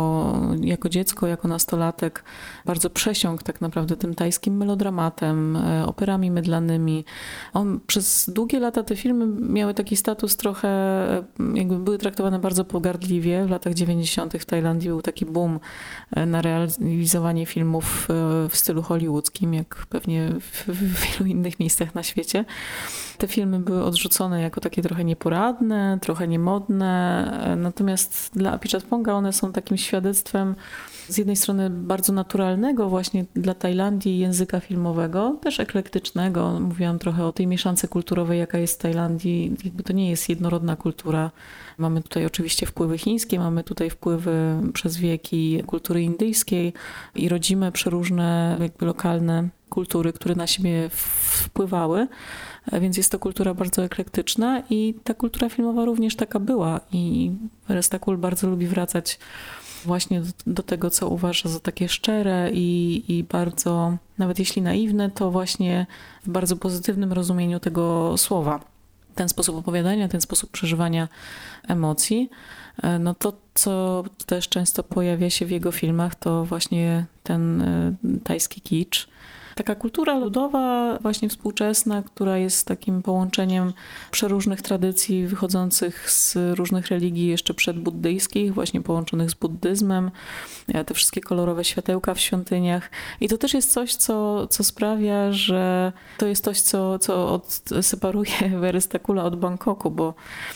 jako dziecko, jako nastolatek. Bardzo przesiąkł tak naprawdę tym tajskim melodramatem, operami mydlanymi. Przez długie lata te filmy miały taki status trochę, jakby były traktowane bardzo pogardliwie. W latach 90. w Tajlandii był taki boom na realizowanie filmów w stylu hollywoodzkim, jak pewnie w wielu innych miejscach na świecie. Te filmy były odrzucone jako takie trochę nieporadne, trochę niemodne, natomiast dla Apichatponga one są takim świadectwem z jednej strony bardzo naturalnego właśnie dla Tajlandii języka filmowego, też eklektycznego. Mówiłam trochę o tej mieszance kulturowej, jaka jest w Tajlandii. Jakby to nie jest jednorodna kultura. Mamy tutaj oczywiście wpływy chińskie, mamy tutaj wpływy przez wieki kultury indyjskiej i rodzime, przeróżne, jakby lokalne kultury, które na siebie wpływały, więc jest to kultura bardzo eklektyczna i ta kultura filmowa również taka była i Restakul bardzo lubi wracać właśnie do tego, co uważa za takie szczere i bardzo, nawet jeśli naiwne, to właśnie w bardzo pozytywnym rozumieniu tego słowa. Ten sposób opowiadania, ten sposób przeżywania emocji, no to, co też często pojawia się w jego filmach, to właśnie ten tajski kicz. Taka kultura ludowa, właśnie współczesna, która jest takim połączeniem przeróżnych tradycji wychodzących z różnych religii jeszcze przedbuddyjskich, właśnie połączonych z buddyzmem, te wszystkie kolorowe światełka w świątyniach. I to też jest coś, co sprawia, że to jest coś, co separuje Restakula od Bangkoku, bo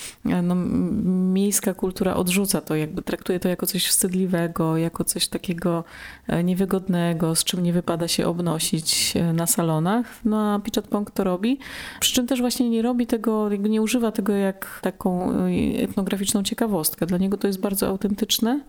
miejska kultura odrzuca to, jakby traktuje to jako coś wstydliwego, jako coś takiego niewygodnego, z czym nie wypada się obnosić na salonach. No a Apichatpong to robi, przy czym też właśnie nie robi tego, jakby nie używa tego jak taką etnograficzną ciekawostkę. Dla niego to jest bardzo autentyczne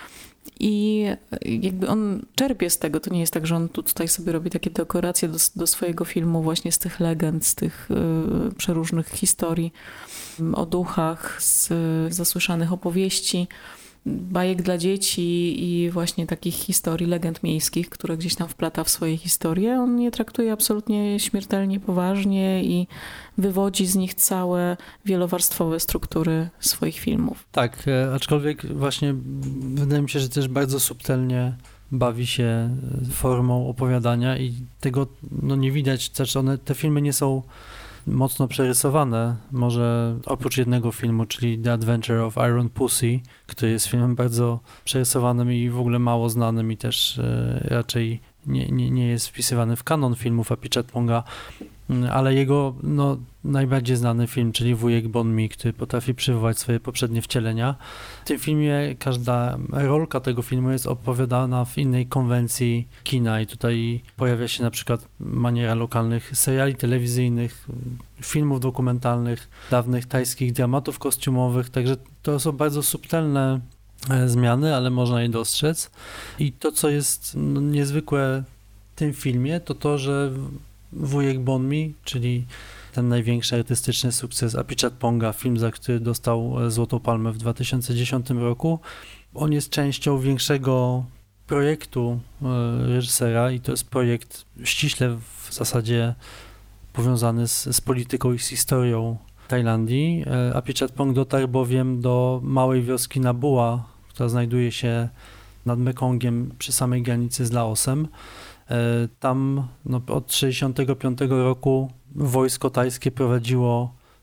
i jakby on czerpie z tego. To nie jest tak, że on tutaj sobie robi takie dekoracje do swojego filmu właśnie z tych legend, z tych przeróżnych historii o duchach, z zasłyszanych opowieści, bajek dla dzieci i właśnie takich historii, legend miejskich, które gdzieś tam wplata w swoje historie. On je traktuje absolutnie śmiertelnie poważnie i wywodzi z nich całe wielowarstwowe struktury swoich filmów. Tak, aczkolwiek właśnie wydaje mi się, że też bardzo subtelnie bawi się formą opowiadania i tego nie widać, znaczy te filmy nie są mocno przerysowane, może oprócz jednego filmu, czyli The Adventure of Iron Pussy, który jest filmem bardzo przerysowanym i w ogóle mało znanym i też raczej nie jest wpisywany w kanon filmów Apichatponga, ale jego najbardziej znany film, czyli Wujek Bon Mi, który potrafi przywołać swoje poprzednie wcielenia. W tym filmie każda rolka tego filmu jest opowiadana w innej konwencji kina i tutaj pojawia się na przykład maniera lokalnych seriali telewizyjnych, filmów dokumentalnych, dawnych tajskich dramatów kostiumowych, także to są bardzo subtelne zmiany, ale można je dostrzec. I to, co jest niezwykłe w tym filmie, to, że Wujek Bon Mi, czyli ten największy artystyczny sukces Apichatponga, film, za który dostał Złotą Palmę w 2010 roku, on jest częścią większego projektu reżysera i to jest projekt ściśle w zasadzie powiązany z polityką i z historią Tajlandii. Apichatpong dotarł bowiem do małej wioski Nabua, która znajduje się nad Mekongiem przy samej granicy z Laosem. Tam od 1965 roku wojsko tajskie prowadziło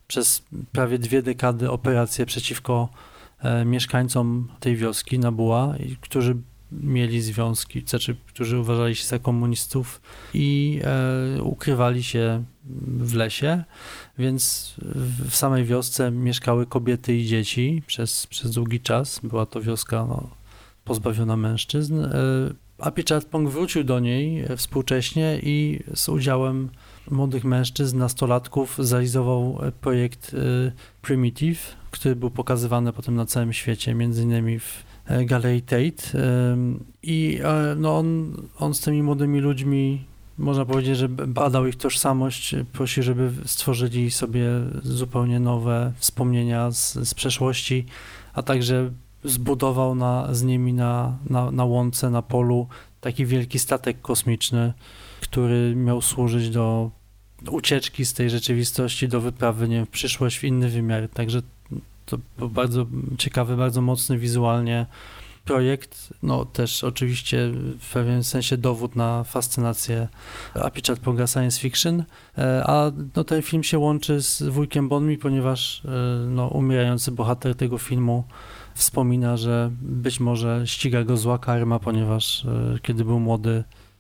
przez prawie 2 dekady operację przeciwko mieszkańcom tej wioski Nabua, którzy mieli związki, znaczy, którzy uważali się za komunistów i ukrywali się w lesie, więc w samej wiosce mieszkały kobiety i dzieci przez długi czas. Była to wioska pozbawiona mężczyzn. Apichatpong wrócił do niej współcześnie i z udziałem młodych mężczyzn, nastolatków zrealizował projekt Primitive, który był pokazywany potem na całym świecie, między innymi w Galerii Tate. I on z tymi młodymi ludźmi, można powiedzieć, że badał ich tożsamość, prosił, żeby stworzyli sobie zupełnie nowe wspomnienia z przeszłości, a także zbudował z nimi na łące, na polu taki wielki statek kosmiczny, który miał służyć do ucieczki z tej rzeczywistości, do wyprawy, nie wiem, w przyszłość, w inny wymiar. Także to był bardzo ciekawy, bardzo mocny wizualnie projekt. No też oczywiście w pewnym sensie dowód na fascynację Apichatponga science fiction, a ten film się łączy z Wujkiem Bonmi, ponieważ umierający bohater tego filmu wspomina, że być może ściga go zła karma, ponieważ kiedy był młody,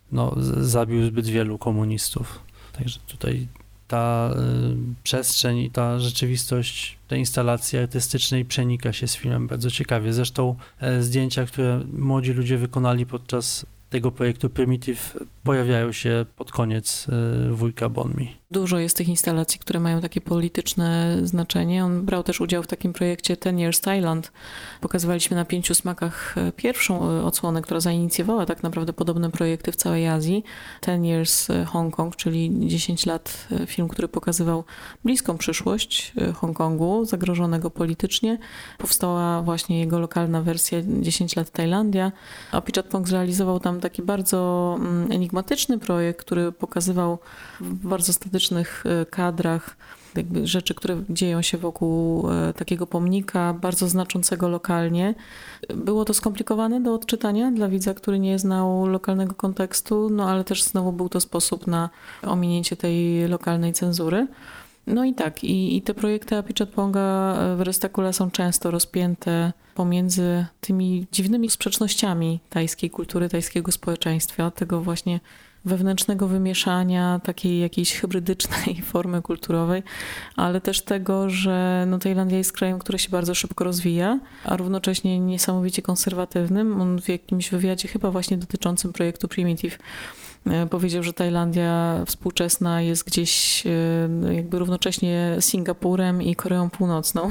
zabił zbyt wielu komunistów. Także tutaj ta przestrzeń i ta rzeczywistość tej instalacji artystycznej przenika się z filmem bardzo ciekawie. Zresztą zdjęcia, które młodzi ludzie wykonali podczas tego projektu Primitive, pojawiają się pod koniec Wujka Bonmi. Dużo jest tych instalacji, które mają takie polityczne znaczenie. On brał też udział w takim projekcie 10 Years Thailand. Pokazywaliśmy na 5 smakach pierwszą odsłonę, która zainicjowała tak naprawdę podobne projekty w całej Azji. 10 Years Hong Kong, czyli 10 lat, film, który pokazywał bliską przyszłość Hongkongu, zagrożonego politycznie. Powstała właśnie jego lokalna wersja 10 lat Tajlandia. Apichatpong zrealizował tam taki bardzo enigmatyczny projekt, który pokazywał w bardzo statycznych kadrach jakby rzeczy, które dzieją się wokół takiego pomnika, bardzo znaczącego lokalnie. Było to skomplikowane do odczytania dla widza, który nie znał lokalnego kontekstu, ale też znowu był to sposób na ominięcie tej lokalnej cenzury. No i tak, i te projekty Apichatponga w Restakula są często rozpięte pomiędzy tymi dziwnymi sprzecznościami tajskiej kultury, tajskiego społeczeństwa, tego właśnie wewnętrznego wymieszania, takiej jakiejś hybrydycznej formy kulturowej, ale też tego, że Tajlandia jest krajem, który się bardzo szybko rozwija, a równocześnie niesamowicie konserwatywnym. On w jakimś wywiadzie, chyba właśnie dotyczącym projektu Primitive, powiedział, że Tajlandia współczesna jest gdzieś jakby równocześnie Singapurem i Koreą Północną.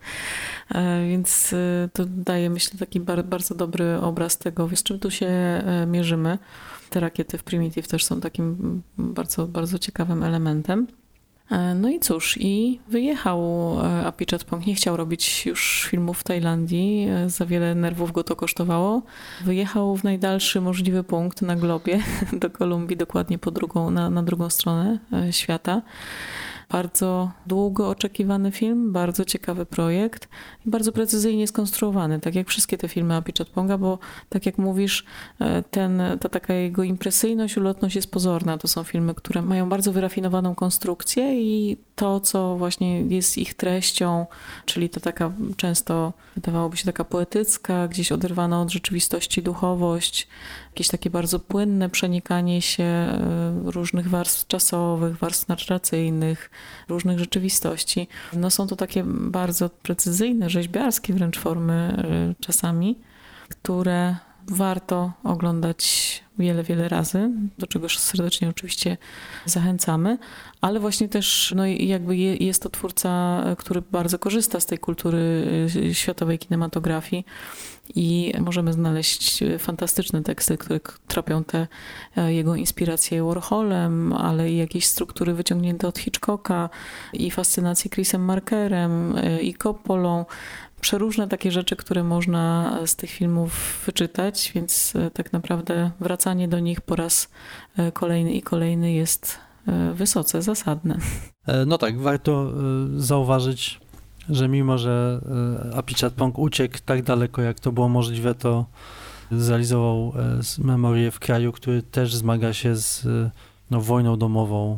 Więc to daje, myślę, taki bardzo dobry obraz tego, z czym tu się mierzymy. Te rakiety w Primitive też są takim bardzo, bardzo ciekawym elementem. No i cóż, i wyjechał Apichatpong, nie chciał robić już filmów w Tajlandii, za wiele nerwów go to kosztowało. Wyjechał w najdalszy możliwy punkt na globie, do Kolumbii, dokładnie na drugą stronę świata. Bardzo długo oczekiwany film, bardzo ciekawy projekt i bardzo precyzyjnie skonstruowany, tak jak wszystkie te filmy Apichatponga, bo tak jak mówisz, ta taka jego impresyjność, ulotność jest pozorna. To są filmy, które mają bardzo wyrafinowaną konstrukcję i to, co właśnie jest ich treścią, czyli to taka często, wydawałoby się taka poetycka, gdzieś oderwana od rzeczywistości duchowość, jakieś takie bardzo płynne przenikanie się różnych warstw czasowych, warstw narracyjnych, różnych rzeczywistości. Są to takie bardzo precyzyjne, rzeźbiarskie wręcz formy czasami, które warto oglądać wiele, wiele razy, do czego serdecznie oczywiście zachęcamy, ale właśnie też jakby jest to twórca, który bardzo korzysta z tej kultury światowej kinematografii i możemy znaleźć fantastyczne teksty, które tropią te jego inspiracje Warholem, ale i jakieś struktury wyciągnięte od Hitchcocka i fascynację Chrisem Markerem i Coppolą. Przeróżne takie rzeczy, które można z tych filmów wyczytać, więc tak naprawdę wracanie do nich po raz kolejny i kolejny jest wysoce zasadne. No tak, warto zauważyć, że mimo, że Apichatpong uciekł tak daleko, jak to było możliwe, to zrealizował memorię w kraju, który też zmaga się z wojną domową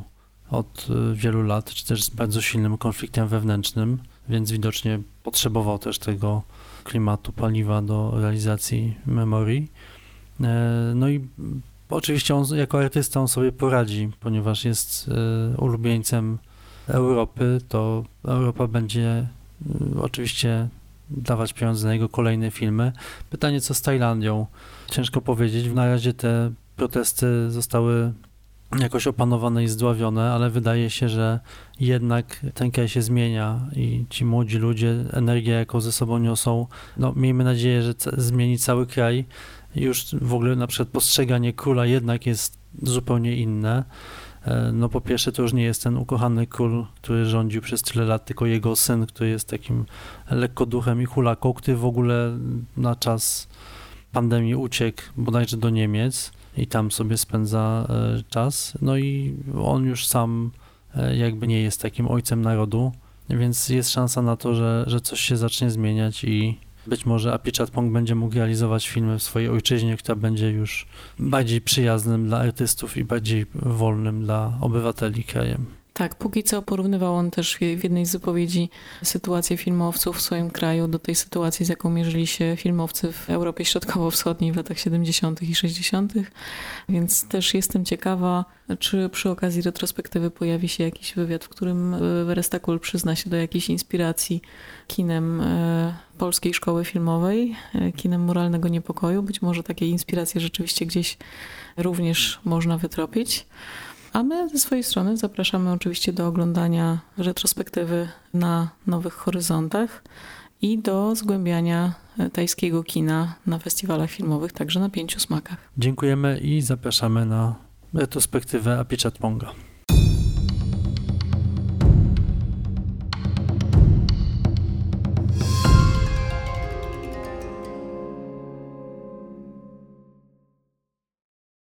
od wielu lat, czy też z bardzo silnym konfliktem wewnętrznym, więc widocznie potrzebował też tego klimatu paliwa do realizacji memorii. No i oczywiście on jako artysta on sobie poradzi, ponieważ jest ulubieńcem Europy, to Europa będzie oczywiście dawać pieniądze na jego kolejne filmy. Pytanie, co z Tajlandią? Ciężko powiedzieć. Na razie te protesty zostały jakoś opanowane i zdławione, ale wydaje się, że jednak ten kraj się zmienia i ci młodzi ludzie, energia, jaką ze sobą niosą, no miejmy nadzieję, że zmieni cały kraj. Już w ogóle na przykład postrzeganie króla jednak jest zupełnie inne. No po pierwsze to już nie jest ten ukochany król, który rządził przez tyle lat, tylko jego syn, który jest takim lekkoduchem i hulaką, który w ogóle na czas pandemii uciekł bodajże do Niemiec i tam sobie spędza czas. No i on już sam jakby nie jest takim ojcem narodu, więc jest szansa na to, że coś się zacznie zmieniać i być może Apichatpong będzie mógł realizować filmy w swojej ojczyźnie, która będzie już bardziej przyjaznym dla artystów i bardziej wolnym dla obywateli krajem. Tak, póki co porównywał on też w jednej z wypowiedzi sytuację filmowców w swoim kraju do tej sytuacji, z jaką mierzyli się filmowcy w Europie Środkowo-Wschodniej w latach 70. i 60., więc też jestem ciekawa, czy przy okazji retrospektywy pojawi się jakiś wywiad, w którym Verestakul przyzna się do jakiejś inspiracji kinem polskiej szkoły filmowej, kinem moralnego niepokoju. Być może takie inspiracje rzeczywiście gdzieś również można wytropić. A my ze swojej strony zapraszamy oczywiście do oglądania retrospektywy na Nowych Horyzontach i do zgłębiania tajskiego kina na festiwalach filmowych, także na 5 smakach. Dziękujemy i zapraszamy na retrospektywę Apichatponga.